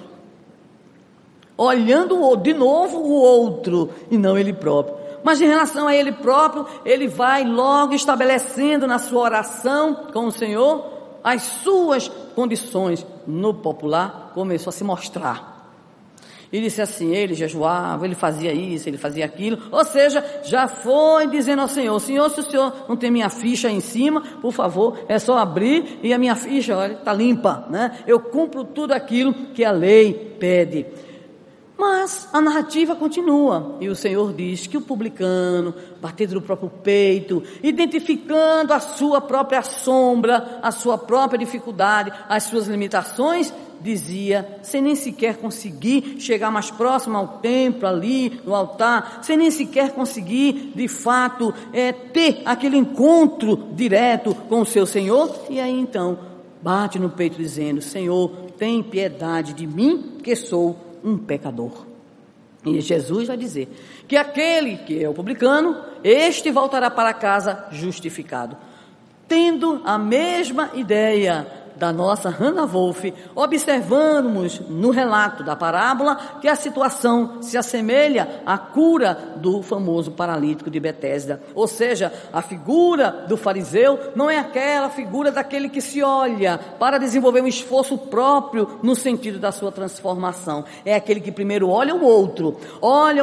Olhando de novo o outro e não ele próprio. Mas em relação a ele próprio, ele vai logo estabelecendo na sua oração com o Senhor as suas condições. No popular começou a se mostrar. E disse assim: ele jejuava, ele fazia isso, ele fazia aquilo. Ou seja, já foi dizendo ao Senhor: Senhor, se o Senhor não tem minha ficha aí em cima, por favor, é só abrir e a minha ficha, olha, está limpa, Eu cumpro tudo aquilo que a lei pede. Mas a narrativa continua, e o Senhor diz que o publicano, batendo no próprio peito, identificando a sua própria sombra, a sua própria dificuldade, as suas limitações, dizia, sem nem sequer conseguir chegar mais próximo ao templo ali, no altar, sem nem sequer conseguir, de fato, ter aquele encontro direto com o seu Senhor, e aí então bate no peito dizendo: Senhor, tem piedade de mim, que sou um pecador. E Jesus vai dizer que aquele que é o publicano, este voltará para casa justificado. Tendo a mesma ideia da nossa Hannah Wolff, observamos no relato da parábola que a situação se assemelha à cura do famoso paralítico de Betesda. Ou seja, a figura do fariseu não é aquela figura daquele que se olha para desenvolver um esforço próprio no sentido da sua transformação. É aquele que primeiro olha o outro, olha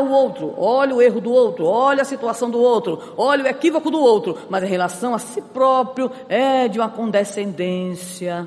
o erro do outro, olha a situação do outro, olha o equívoco do outro, mas em relação a si próprio é de uma condescendência,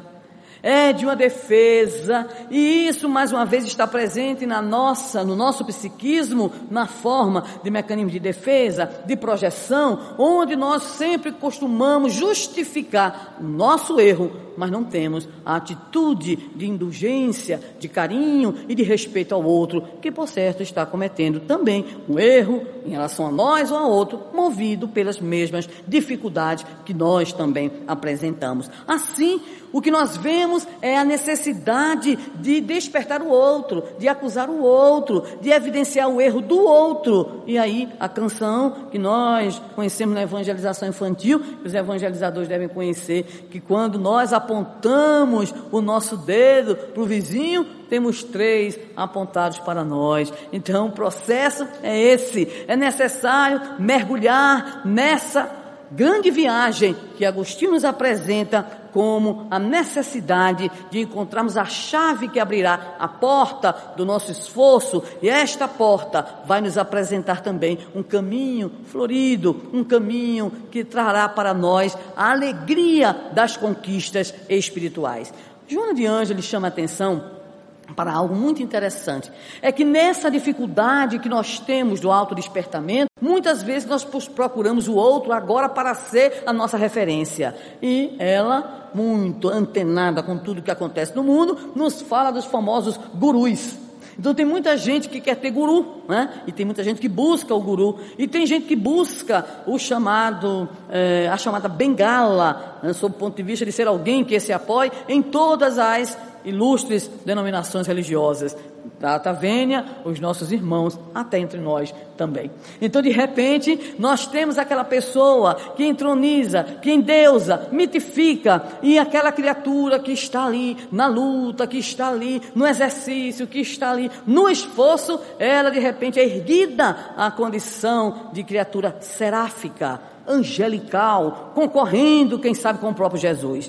é de uma defesa, e isso mais uma vez está presente no nosso psiquismo, na forma de mecanismo de defesa, de projeção, onde nós sempre costumamos justificar o nosso erro, mas não temos a atitude de indulgência, de carinho e de respeito ao outro, que por certo está cometendo também um erro em relação a nós ou a outro, movido pelas mesmas dificuldades que nós também apresentamos. Assim, o que nós vemos é a necessidade de despertar o outro, de acusar o outro, de evidenciar o erro do outro. E aí a canção que nós conhecemos na evangelização infantil, que os evangelizadores devem conhecer, que quando nós apontamos o nosso dedo para o vizinho, temos 3 apontados para nós. Então o processo é esse, é necessário mergulhar nessa grande viagem que Agostinho nos apresenta como a necessidade de encontrarmos a chave que abrirá a porta do nosso esforço, e esta porta vai nos apresentar também um caminho florido, um caminho que trará para nós a alegria das conquistas espirituais. Joana de Ângeles chama a atenção para algo muito interessante, é que nessa dificuldade que nós temos do autodespertamento, muitas vezes nós procuramos o outro agora para ser a nossa referência, e ela, muito antenada com tudo que acontece no mundo, nos fala dos famosos gurus. Então tem muita gente que quer ter guru, né? E tem muita gente que busca o guru, e tem gente que busca o chamado, a chamada bengala, né? Sob o ponto de vista de ser alguém que se apoie em todas as ilustres denominações religiosas, da Vênia, os nossos irmãos, até entre nós também. Então, de repente, nós temos aquela pessoa que entroniza, que endeusa, mitifica, e aquela criatura que está ali na luta, que está ali no exercício, que está ali no esforço, ela de repente é erguida à condição de criatura seráfica, angelical, concorrendo, quem sabe, com o próprio Jesus.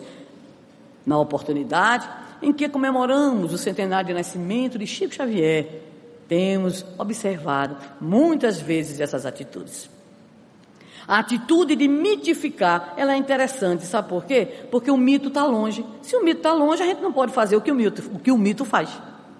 Na oportunidade em que comemoramos o centenário de nascimento de Chico Xavier, temos observado muitas vezes essas atitudes. A atitude de mitificar, ela é interessante, sabe por quê? Porque o mito está longe. Se o mito está longe, a gente não pode fazer o que o mito faz.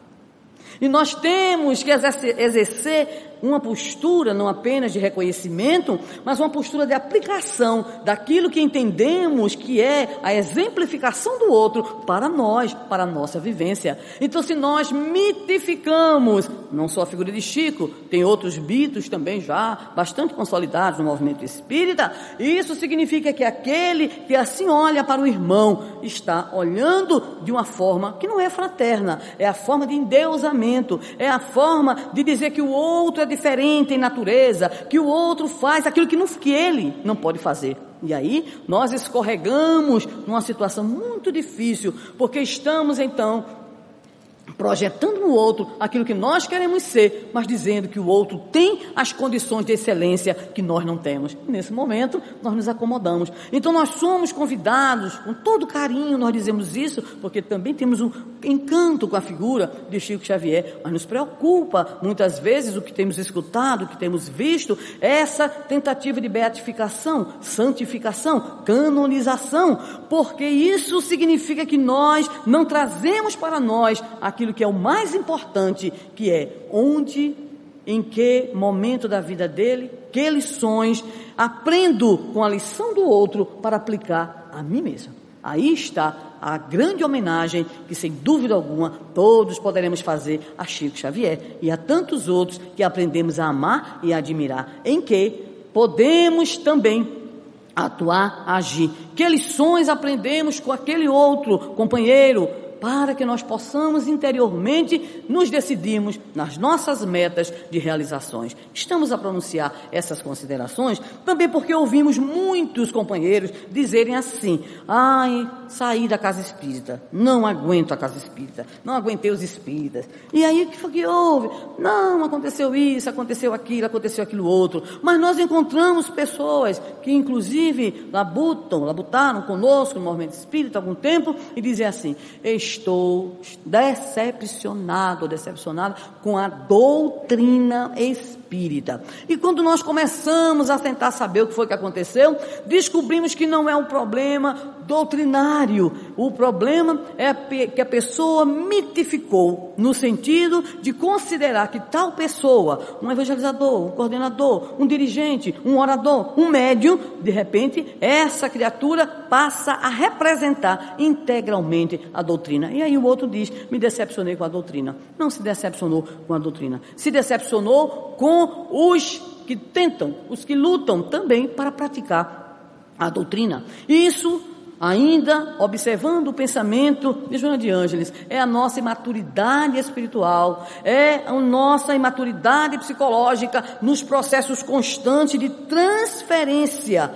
E nós temos que exercer uma postura não apenas de reconhecimento, mas uma postura de aplicação daquilo que entendemos que é a exemplificação do outro para nós, para a nossa vivência. Então, se nós mitificamos, não só a figura de Chico, tem outros mitos também já bastante consolidados no movimento espírita, isso significa que aquele que assim olha para o irmão está olhando de uma forma que não é fraterna, é a forma de endeusamento, é a forma de dizer que o outro é diferente em natureza, que o outro faz aquilo que ele não pode fazer. E aí nós escorregamos numa situação muito difícil, porque estamos então projetando no outro aquilo que nós queremos ser, mas dizendo que o outro tem as condições de excelência que nós não temos. Nesse momento, nós nos acomodamos. Então, nós somos convidados, com todo carinho, nós dizemos isso, porque também temos um encanto com a figura de Chico Xavier, mas nos preocupa, muitas vezes, o que temos escutado, o que temos visto, essa tentativa de beatificação, santificação, canonização, porque isso significa que nós não trazemos para nós aquilo que é o mais importante, que é onde, em que momento da vida dele, que lições aprendo com a lição do outro para aplicar a mim mesmo. Aí está a grande homenagem que, sem dúvida alguma, todos poderemos fazer a Chico Xavier e a tantos outros que aprendemos a amar e a admirar, em que podemos também atuar, agir. Que lições aprendemos com aquele outro companheiro, Para que nós possamos interiormente nos decidirmos nas nossas metas de realizações. Estamos a pronunciar essas considerações também porque ouvimos muitos companheiros dizerem assim: ai, saí da casa espírita, não aguento a casa espírita, não aguentei os espíritas. E aí o que foi que houve? Não, aconteceu isso, aconteceu aquilo outro. Mas nós encontramos pessoas que inclusive labutaram conosco no movimento espírita há algum tempo e dizem assim: estou decepcionado com a doutrina espírita. E quando nós começamos a tentar saber o que foi que aconteceu, descobrimos que não é um problema doutrinário. O problema é que a pessoa mitificou, no sentido de considerar que tal pessoa, um evangelizador, um coordenador, um dirigente, um orador, um médium, de repente, essa criatura passa a representar integralmente a doutrina. E aí o outro diz: me decepcionei com a doutrina. Não se decepcionou com a doutrina, se decepcionou com os que tentam, os que lutam também para praticar a doutrina. Isso, ainda observando o pensamento de Joana de Ângeles, é a nossa imaturidade espiritual, é a nossa imaturidade psicológica nos processos constantes de transferência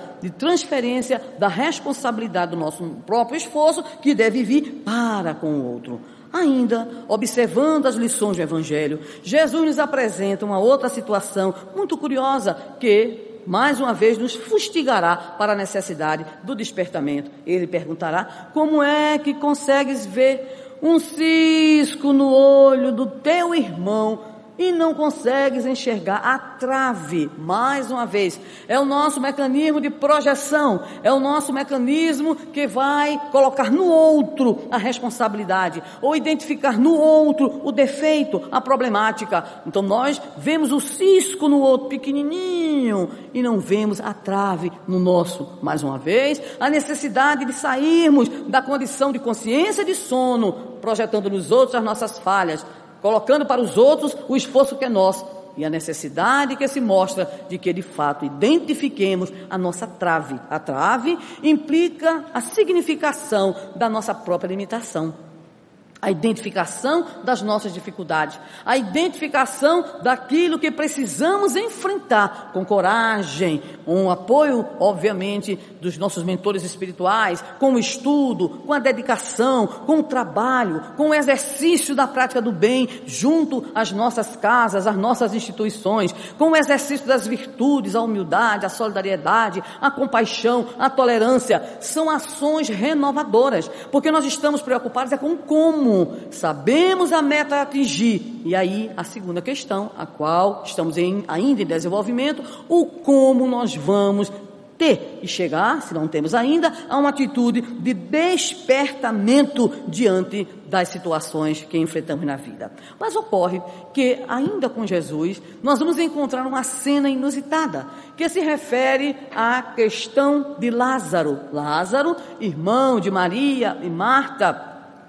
da responsabilidade do nosso próprio esforço, que deve vir para com o outro. Ainda, observando as lições do Evangelho, Jesus nos apresenta uma outra situação muito curiosa que, mais uma vez, nos fustigará para a necessidade do despertamento. Ele perguntará: como é que consegues ver um cisco no olho do teu irmão e não consegues enxergar a trave? Mais uma vez, é o nosso mecanismo de projeção, é o nosso mecanismo que vai colocar no outro a responsabilidade, ou identificar no outro o defeito, a problemática. Então nós vemos o cisco no outro pequenininho e não vemos a trave no nosso. Mais uma vez, a necessidade de sairmos da condição de consciência de sono, projetando nos outros as nossas falhas, colocando para os outros o esforço que é nosso, e a necessidade que se mostra de que, de fato, identifiquemos a nossa trave. A trave implica a significação da nossa própria limitação, a identificação das nossas dificuldades, a identificação daquilo que precisamos enfrentar com coragem, com o apoio, obviamente, dos nossos mentores espirituais, com o estudo, com a dedicação, com o trabalho, com o exercício da prática do bem junto às nossas casas, às nossas instituições, com o exercício das virtudes, a humildade, a solidariedade, a compaixão, a tolerância. São ações renovadoras, porque nós estamos preocupados com como sabemos a meta a atingir. E aí a segunda questão, a qual estamos ainda em desenvolvimento, o como nós vamos ter e chegar, se não temos ainda, a uma atitude de despertamento diante das situações que enfrentamos na vida. Mas ocorre que, ainda com Jesus, nós vamos encontrar uma cena inusitada, que se refere à questão de Lázaro. Lázaro, irmão de Maria e Marta,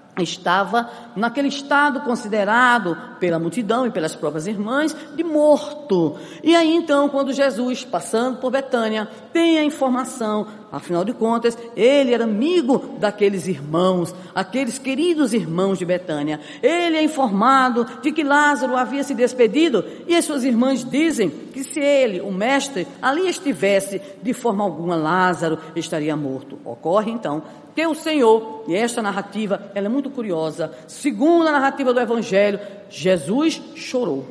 estava naquele estado considerado pela multidão e pelas próprias irmãs de morto. E aí então, quando Jesus, passando por Betânia, tem a informação, afinal de contas, ele era amigo daqueles irmãos, aqueles queridos irmãos de Betânia. Ele é informado de que Lázaro havia se despedido, e as suas irmãs dizem que se ele, o mestre, ali estivesse, de forma alguma Lázaro estaria morto. Ocorre então que o Senhor, e esta narrativa, ela é muito curiosa, segundo a narrativa do Evangelho, Jesus chorou.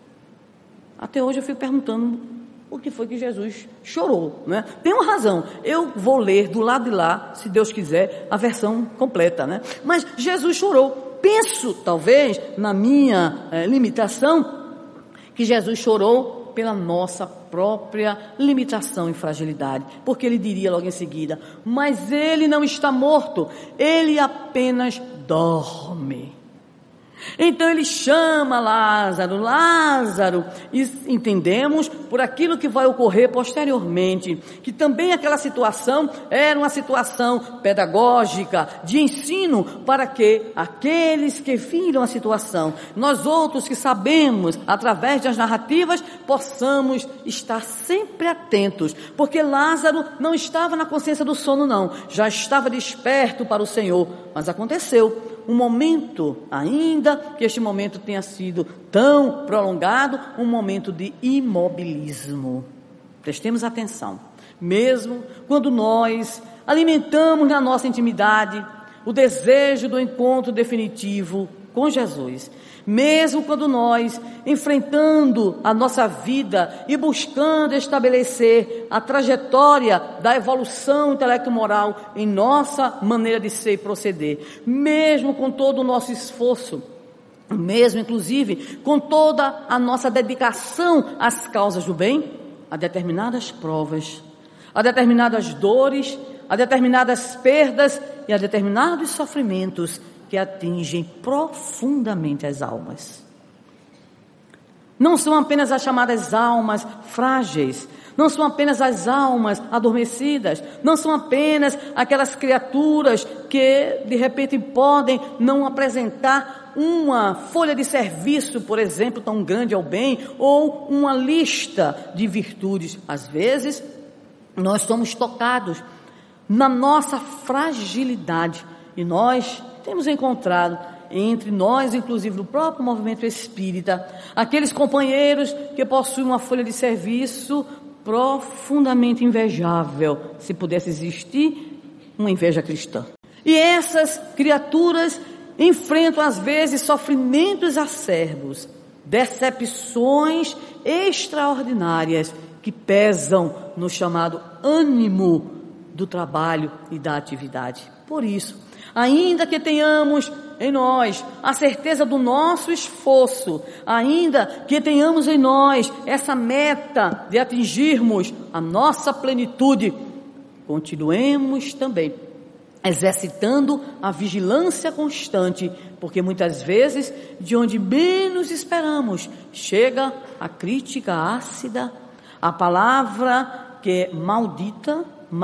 Até hoje eu fico perguntando o que foi que Jesus chorou, né? Tem uma razão, eu vou ler do lado de lá, se Deus quiser, a versão completa, né? Mas Jesus chorou. Penso, talvez, na minha limitação, que Jesus chorou pela nossa própria limitação e fragilidade, porque ele diria logo em seguida: mas ele não está morto, ele apenas dorme. Então ele chama Lázaro, e entendemos por aquilo que vai ocorrer posteriormente, que também aquela situação era uma situação pedagógica, de ensino, para que aqueles que viram a situação, nós outros que sabemos, através das narrativas, possamos estar sempre atentos, porque Lázaro não estava na consciência do sono não, já estava desperto para o Senhor, mas aconteceu um momento, ainda que este momento tenha sido tão prolongado, um momento de imobilismo. Prestemos atenção. Mesmo quando nós alimentamos na nossa intimidade o desejo do encontro definitivo com Jesus, mesmo quando nós, enfrentando a nossa vida e buscando estabelecer a trajetória da evolução intelecto-moral em nossa maneira de ser e proceder, mesmo com todo o nosso esforço, mesmo inclusive com toda a nossa dedicação às causas do bem, há determinadas provas, há determinadas dores, há determinadas perdas e há determinados sofrimentos que atingem profundamente as almas. Não são apenas as chamadas almas frágeis, não são apenas as almas adormecidas, não são apenas aquelas criaturas que de repente podem não apresentar uma folha de serviço, por exemplo, tão grande ao bem, ou uma lista de virtudes. Às vezes, nós somos tocados na nossa fragilidade e nós temos encontrado entre nós, inclusive no próprio movimento espírita, aqueles companheiros que possuem uma folha de serviço profundamente invejável, se pudesse existir uma inveja cristã. E essas criaturas enfrentam às vezes sofrimentos acerbos, decepções extraordinárias que pesam no chamado ânimo do trabalho e da atividade. Por isso, ainda que tenhamos em nós a certeza do nosso esforço, ainda que tenhamos em nós essa meta de atingirmos a nossa plenitude, continuemos também exercitando a vigilância constante, porque muitas vezes, de onde menos esperamos, chega a crítica ácida, a palavra que é maldita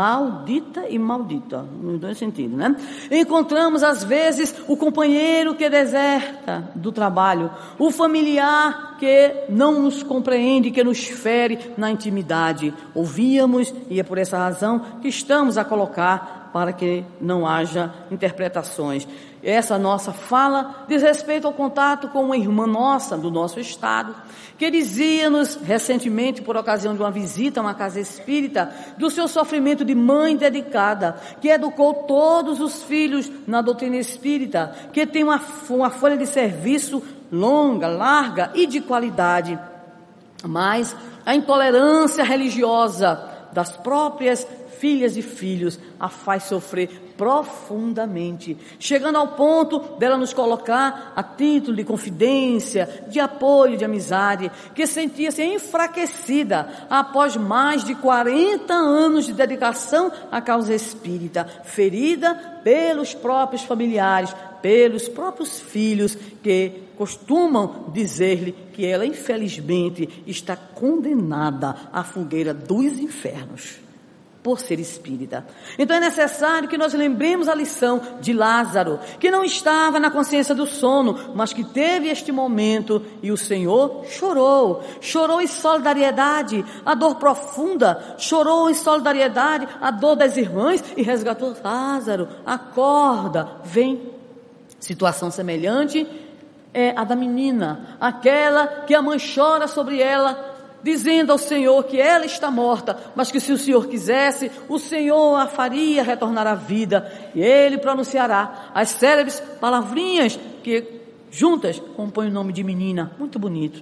e maldita, nos dois sentidos, né? Encontramos às vezes o companheiro que deserta do trabalho, o familiar que não nos compreende, que nos fere na intimidade. Ouvíamos, e é por essa razão que estamos a colocar para que não haja interpretações. Essa nossa fala diz respeito ao contato com uma irmã nossa, do nosso estado, que dizia-nos recentemente, por ocasião de uma visita a uma casa espírita, do seu sofrimento de mãe dedicada, que educou todos os filhos na doutrina espírita, que tem uma folha de serviço longa, larga e de qualidade. Mas a intolerância religiosa das próprias filhas e filhos a faz sofrer profundamente, chegando ao ponto dela nos colocar a título de confidência, de apoio, de amizade, que sentia-se enfraquecida após mais de 40 anos de dedicação à causa espírita, ferida pelos próprios familiares, pelos próprios filhos, que costumam dizer-lhe que ela infelizmente está condenada à fogueira dos infernos por ser espírita. Então é necessário que nós lembremos a lição de Lázaro, que não estava na consciência do sono, mas que teve este momento e o Senhor chorou em solidariedade, a dor profunda, chorou em solidariedade, a dor das irmãs e resgatou Lázaro, acorda, vem. Situação semelhante é a da menina, aquela que a mãe chora sobre ela, dizendo ao Senhor que ela está morta, mas que se o Senhor quisesse, o Senhor a faria retornar à vida, e Ele pronunciará as célebres palavrinhas que juntas compõem o nome de menina, muito bonito,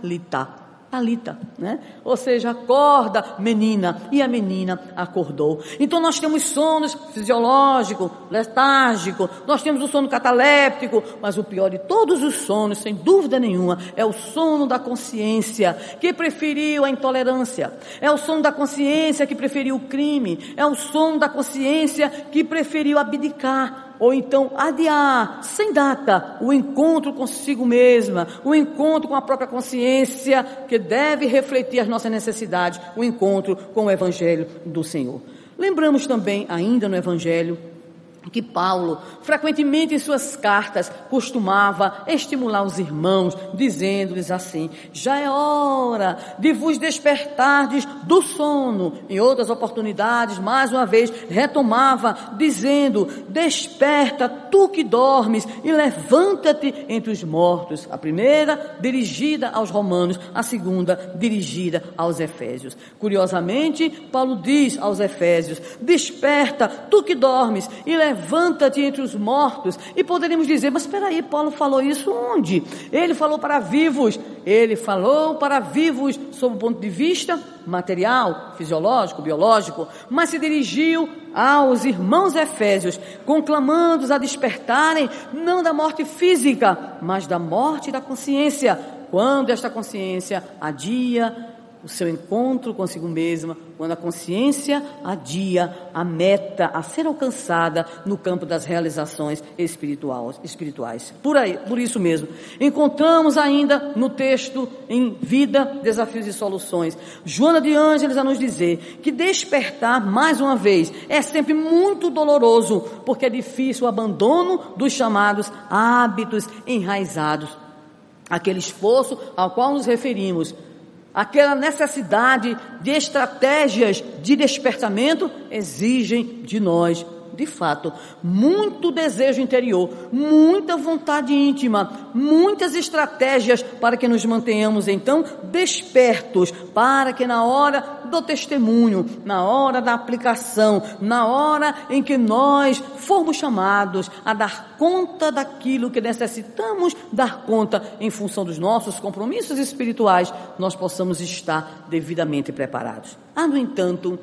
Talita, né? Ou seja, acorda, menina, e a menina acordou. Então nós temos sonos fisiológico, letárgico, nós temos o sono cataléptico, mas o pior de todos os sonos, sem dúvida nenhuma, é o sono da consciência, que preferiu a intolerância, é o sono da consciência que preferiu o crime, é o sono da consciência que preferiu abdicar, ou então adiar, sem data, o encontro consigo mesma, o encontro com a própria consciência, que deve refletir as nossas necessidades, o encontro com o Evangelho do Senhor. Lembramos também, ainda no Evangelho, que Paulo, frequentemente em suas cartas, costumava estimular os irmãos, dizendo-lhes assim: já é hora de vos despertardes do sono. Em outras oportunidades, mais uma vez, retomava, dizendo: desperta, tu que dormes, e levanta-te entre os mortos. A primeira, dirigida aos romanos, a segunda, dirigida aos efésios. Curiosamente, Paulo diz aos efésios: desperta, tu que dormes, e levanta-te entre os mortos. E poderíamos dizer: mas espera aí, Paulo falou isso onde? Ele falou para vivos. Ele falou para vivos sob o ponto de vista material, fisiológico, biológico, mas se dirigiu aos irmãos efésios, conclamando-os a despertarem, não da morte física, mas da morte da consciência, quando esta consciência adia o seu encontro consigo mesma, quando a consciência adia a meta a ser alcançada no campo das realizações espirituais. Por isso mesmo, encontramos ainda no texto em Vida, Desafios e Soluções, Joana de Ângeles a nos dizer que despertar, mais uma vez, é sempre muito doloroso, porque é difícil o abandono dos chamados hábitos enraizados. Aquele esforço ao qual nos referimos, aquela necessidade de estratégias de despertamento exigem de nós, de fato, muito desejo interior, muita vontade íntima, muitas estratégias para que nos mantenhamos então despertos, para que na hora do testemunho, na hora da aplicação, na hora em que nós formos chamados a dar conta daquilo que necessitamos dar conta em função dos nossos compromissos espirituais, nós possamos estar devidamente preparados. Há, no entanto,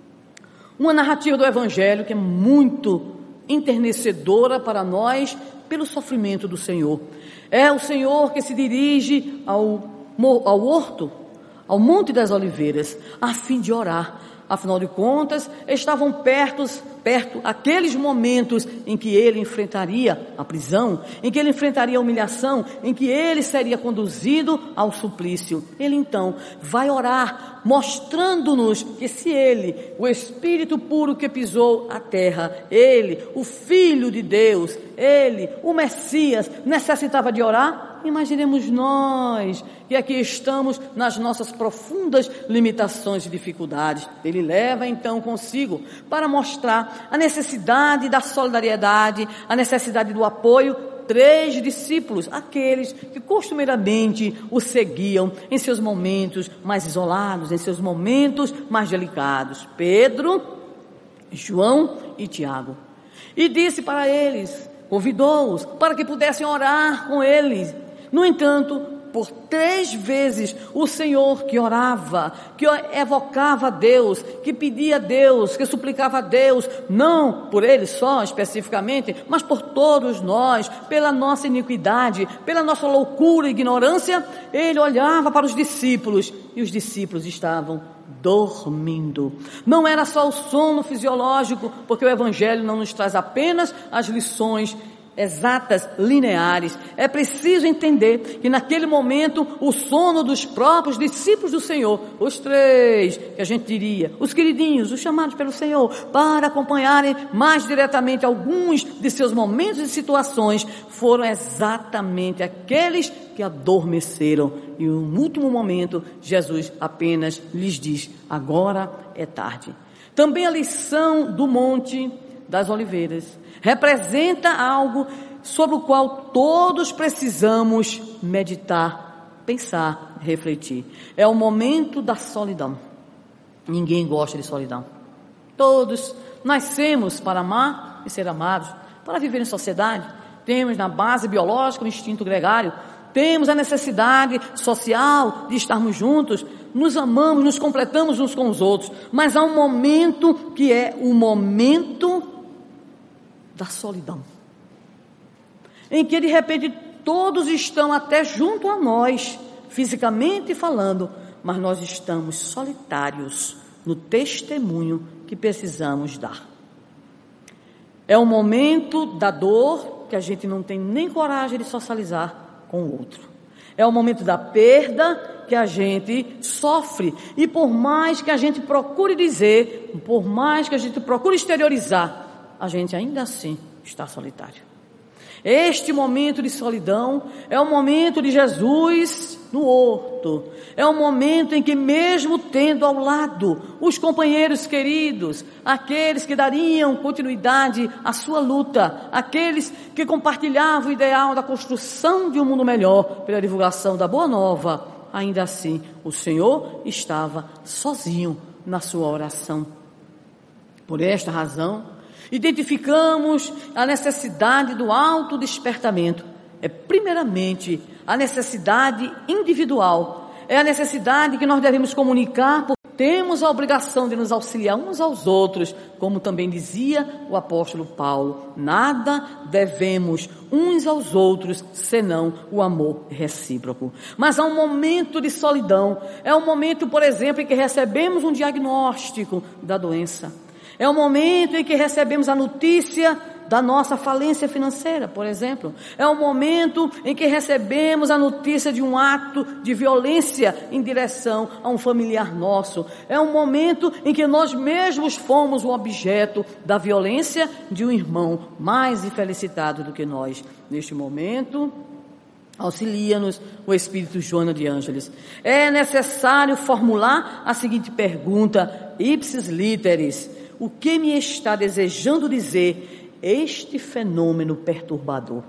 uma narrativa do Evangelho que é muito enternecedora para nós pelo sofrimento do Senhor. É o Senhor que se dirige ao horto, ao Monte das Oliveiras, a fim de orar. Afinal de contas, estavam perto aqueles momentos em que ele enfrentaria a prisão, em que ele enfrentaria a humilhação, em que ele seria conduzido ao suplício. Ele então vai orar, mostrando-nos que se ele, o Espírito puro que pisou a terra, ele, o Filho de Deus, ele, o Messias, necessitava de orar, imaginemos nós, que aqui estamos nas nossas profundas limitações e dificuldades. Ele leva então consigo para mostrar a necessidade da solidariedade, a necessidade do apoio, 3 discípulos, aqueles que costumeiramente o seguiam em seus momentos mais isolados, em seus momentos mais delicados: Pedro, João e Tiago. E disse para eles, convidou-os para que pudessem orar com eles. No entanto, por 3 vezes o Senhor que orava, que evocava a Deus, que pedia a Deus, que suplicava a Deus, não por ele só especificamente, mas por todos nós, pela nossa iniquidade, pela nossa loucura e ignorância, ele olhava para os discípulos e os discípulos estavam dormindo. Não era só o sono fisiológico, porque o Evangelho não nos traz apenas as lições exatas, lineares. É preciso entender que naquele momento o sono dos próprios discípulos do Senhor, os 3, que a gente diria, os queridinhos, os chamados pelo Senhor, para acompanharem mais diretamente alguns de seus momentos e situações, foram exatamente aqueles que adormeceram. E no último momento, Jesus apenas lhes diz: agora é tarde. Também a lição do Monte das Oliveiras representa algo sobre o qual todos precisamos meditar, pensar, refletir. É o momento da solidão. Ninguém gosta de solidão. Todos nascemos para amar e ser amados, para viver em sociedade. Temos na base biológica o instinto gregário. Temos a necessidade social de estarmos juntos, nos amamos, nos completamos uns com os outros. Mas há um momento que é o momento da solidão, em que de repente todos estão até junto a nós, fisicamente falando, mas nós estamos solitários no testemunho que precisamos dar. É o momento da dor que a gente não tem nem coragem de socializar com o outro. É o momento da perda que a gente sofre, e por mais que a gente procure dizer, por mais que a gente procure exteriorizar, a gente ainda assim está solitário. Este momento de solidão é o momento de Jesus no horto. É o momento em que, mesmo tendo ao lado os companheiros queridos, aqueles que dariam continuidade à sua luta, aqueles que compartilhavam o ideal da construção de um mundo melhor pela divulgação da Boa Nova, ainda assim o Senhor estava sozinho na sua oração. Por esta razão, identificamos a necessidade do autodespertamento. É primeiramente a necessidade individual, é a necessidade que nós devemos comunicar, porque temos a obrigação de nos auxiliar uns aos outros, como também dizia o apóstolo Paulo, nada devemos uns aos outros, senão o amor recíproco. Mas há um momento de solidão, é um momento, por exemplo, em que recebemos um diagnóstico da doença. É o momento em que recebemos a notícia da nossa falência financeira, por exemplo. É o momento em que recebemos a notícia de um ato de violência em direção a um familiar nosso. É um momento em que nós mesmos fomos o objeto da violência de um irmão mais infelicitado do que nós. Neste momento, auxilia-nos o Espírito Joana de Ângeles. É necessário formular a seguinte pergunta, ipsis literis: o que me está desejando dizer este fenômeno perturbador?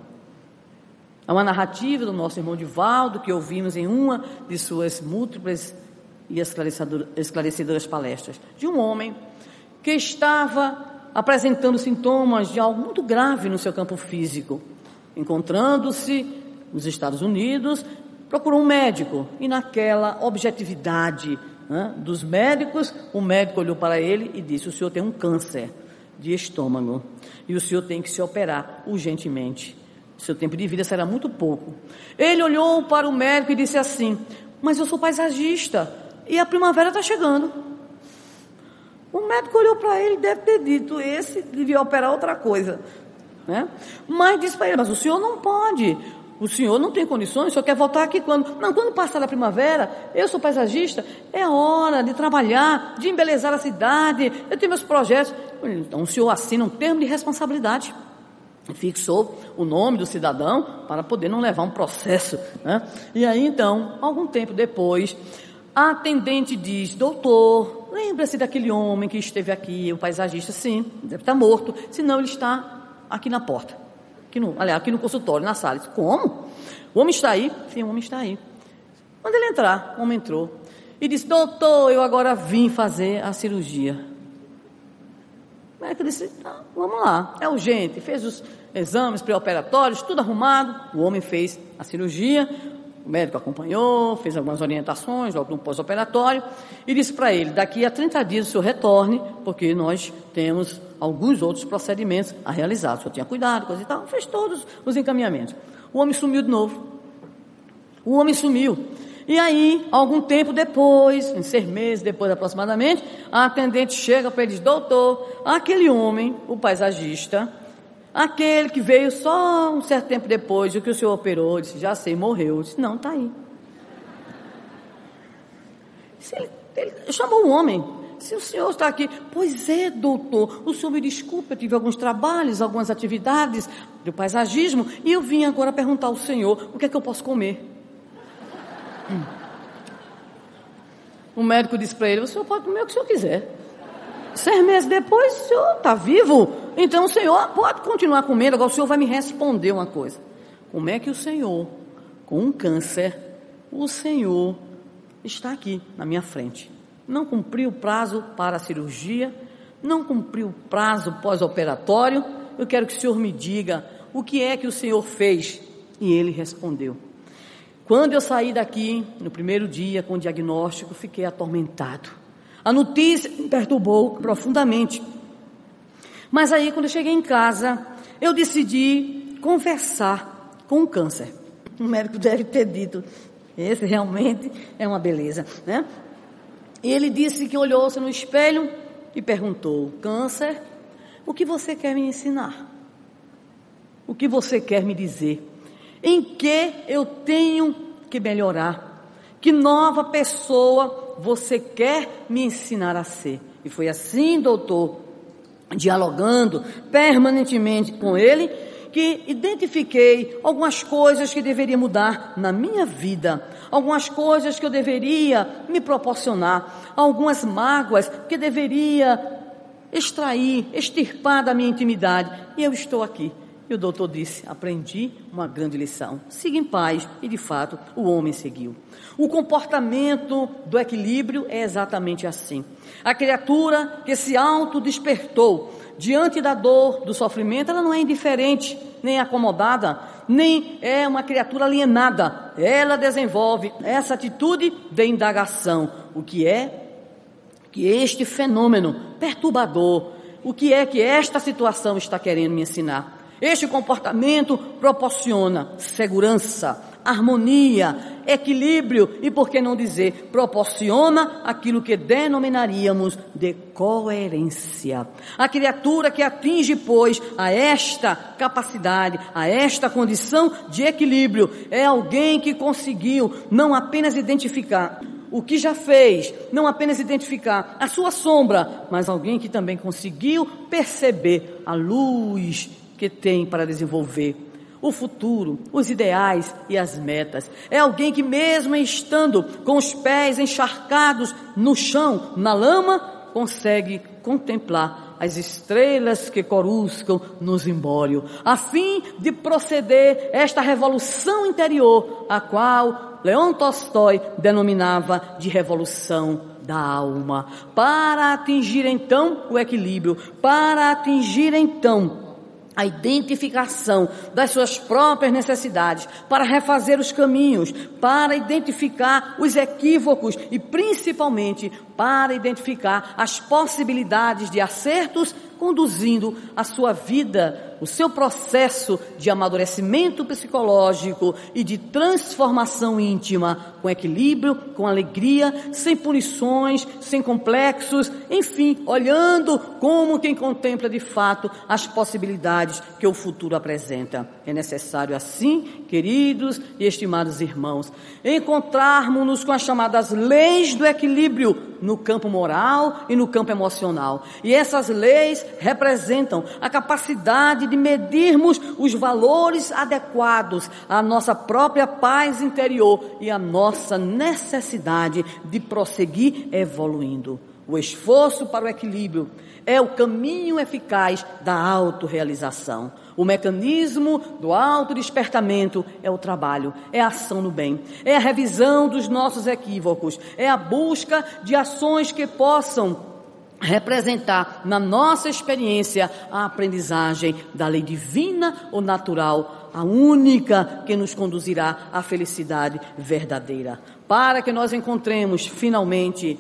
Há uma narrativa do nosso irmão Divaldo que ouvimos em uma de suas múltiplas e esclarecedoras palestras, de um homem que estava apresentando sintomas de algo muito grave no seu campo físico. Encontrando-se nos Estados Unidos, procurou um médico e naquela objetividade dos médicos, o médico olhou para ele e disse: o senhor tem um câncer de estômago e o senhor tem que se operar urgentemente, seu tempo de vida será muito pouco. Ele olhou para o médico e disse assim: mas eu sou paisagista e a primavera está chegando. O médico olhou para ele e deve ter dito: esse devia operar outra coisa, né? Mas disse para ele: mas o senhor não pode, o senhor não tem condições, o senhor quer voltar aqui quando? Não, quando passar a primavera, eu sou paisagista, é hora de trabalhar, de embelezar a cidade, eu tenho meus projetos. Então o senhor assina um termo de responsabilidade, fixou o nome do cidadão para poder não levar um processo, né? E aí então, algum tempo depois, a atendente diz: doutor, lembra-se daquele homem que esteve aqui, o paisagista? Sim, deve estar morto, senão ele está aqui na porta. Aqui no consultório, na sala. Disse: como? O homem está aí? Sim, o homem está aí. Quando ele entrar, o homem entrou e disse: doutor, eu agora vim fazer a cirurgia. O médico disse: vamos lá, é urgente. Fez os exames pré-operatórios, tudo arrumado. O homem fez a cirurgia, o médico acompanhou, fez algumas orientações, logo no pós-operatório, e disse para ele: daqui a 30 dias o senhor retorne, porque nós temos alguns outros procedimentos a realizar. O senhor tinha cuidado, coisa e tal, fez todos os encaminhamentos. O homem sumiu de novo. O homem sumiu. E aí, algum tempo depois, em 6 meses depois aproximadamente, a atendente chega para ele e diz: doutor, aquele homem, o paisagista, aquele que veio só um certo tempo depois, o que o senhor operou, disse: já sei, morreu. Eu disse: não, está aí. Ele chamou o homem: se o senhor está aqui. Pois é, doutor, o senhor me desculpe, eu tive alguns trabalhos, algumas atividades do paisagismo, e eu vim agora perguntar ao senhor, o que é que eu posso comer? O médico disse para ele: o senhor pode comer o que o senhor quiser. 6 meses depois, o senhor está vivo, então o senhor pode continuar comendo. Agora o senhor vai me responder uma coisa: como é que o senhor, com um câncer, o senhor está aqui na minha frente, não cumpriu o prazo para a cirurgia, não cumpriu o prazo pós-operatório? Eu quero que o senhor me diga o que é que o senhor fez. E ele respondeu: quando eu saí daqui, no primeiro dia com o diagnóstico, fiquei atormentado. A notícia me perturbou profundamente. Mas aí, quando eu cheguei em casa, eu decidi conversar com o câncer. O médico deve ter dito: esse realmente é uma beleza, né? E ele disse que olhou-se no espelho e perguntou: câncer, o que você quer me ensinar? O que você quer me dizer? Em que eu tenho que melhorar? Que nova pessoa você quer me ensinar a ser? E foi assim, doutor, dialogando permanentemente com ele, que identifiquei algumas coisas que deveria mudar na minha vida, algumas coisas que eu deveria me proporcionar, algumas mágoas que deveria extirpar da minha intimidade. E eu estou aqui. E o doutor disse: aprendi uma grande lição. Siga em paz. E de fato o homem seguiu. O comportamento do equilíbrio é exatamente assim. A criatura que se autodespertou diante da dor, do sofrimento, ela não é indiferente, nem acomodada, nem é uma criatura alienada. Ela desenvolve essa atitude de indagação. O que é que este fenômeno perturbador, o que é que esta situação está querendo me ensinar? Este comportamento proporciona segurança, harmonia, equilíbrio e, por que não dizer, proporciona aquilo que denominaríamos de coerência. A criatura que atinge, pois, a esta capacidade, a esta condição de equilíbrio, é alguém que conseguiu não apenas identificar o que já fez, não apenas identificar a sua sombra, mas alguém que também conseguiu perceber a luz que tem para desenvolver o futuro, os ideais e as metas. É alguém que, mesmo estando com os pés encharcados no chão, na lama, consegue contemplar as estrelas que coruscam no zimbório, a fim de proceder esta revolução interior, a qual Leon Tolstói denominava de revolução da alma, para atingir então o equilíbrio, para atingir então a identificação das suas próprias necessidades, para refazer os caminhos, para identificar os equívocos e principalmente para identificar as possibilidades de acertos, conduzindo a sua vida, o seu processo de amadurecimento psicológico e de transformação íntima, com equilíbrio, com alegria, sem punições, sem complexos, enfim, olhando como quem contempla de fato as possibilidades que o futuro apresenta. É necessário assim, queridos e estimados irmãos, encontrarmos-nos com as chamadas leis do equilíbrio no campo moral e no campo emocional. E essas leis representam a capacidade de medirmos os valores adequados à nossa própria paz interior e à nossa necessidade de prosseguir evoluindo. O esforço para o equilíbrio é o caminho eficaz da autorrealização. O mecanismo do autodespertamento é o trabalho, é a ação no bem, é a revisão dos nossos equívocos, é a busca de ações que possam representar na nossa experiência a aprendizagem da lei divina ou natural, a única que nos conduzirá à felicidade verdadeira. Para que nós encontremos finalmente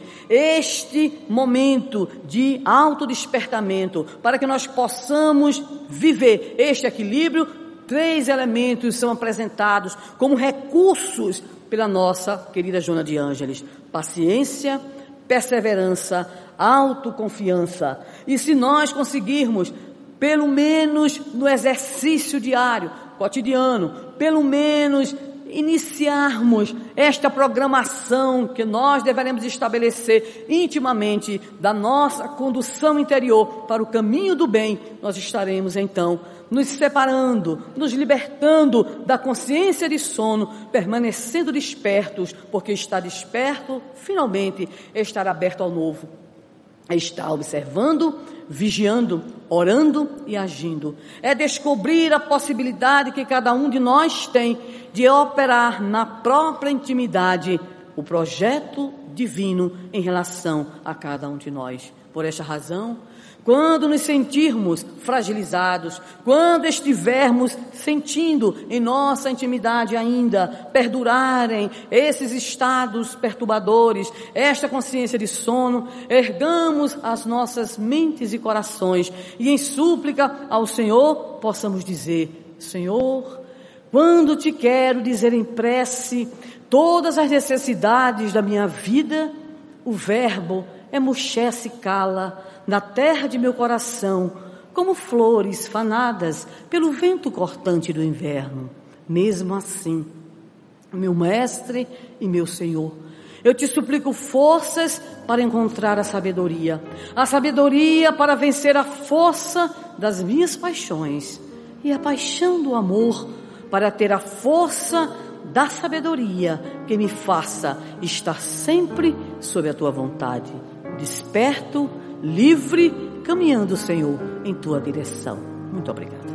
este momento de autodespertamento, para que nós possamos viver este equilíbrio, 3 elementos são apresentados como recursos pela nossa querida Joana de Ângeles: paciência, perseverança, autoconfiança. E se nós conseguirmos, pelo menos no exercício diário, cotidiano, pelo menos iniciarmos esta programação que nós deveremos estabelecer intimamente da nossa condução interior para o caminho do bem, nós estaremos então nos separando, nos libertando da consciência de sono, permanecendo despertos, porque estar desperto, finalmente, é estar aberto ao novo, é estar observando, vigiando, orando e agindo. É descobrir a possibilidade que cada um de nós tem de operar na própria intimidade o projeto divino em relação a cada um de nós. Por esta razão, quando nos sentirmos fragilizados, quando estivermos sentindo em nossa intimidade ainda perdurarem esses estados perturbadores, esta consciência de sono, ergamos as nossas mentes e corações e em súplica ao Senhor possamos dizer: Senhor, quando te quero dizer em prece todas as necessidades da minha vida, o verbo emuxece e cala na terra de meu coração, como flores fanadas pelo vento cortante do inverno. Mesmo assim, meu mestre e meu Senhor, Eu te suplico forças para encontrar a sabedoria para vencer a força das minhas paixões, e a paixão do amor para ter a força da sabedoria que me faça estar sempre sob a tua vontade, desperto, livre, caminhando, Senhor, em tua direção. Muito obrigada.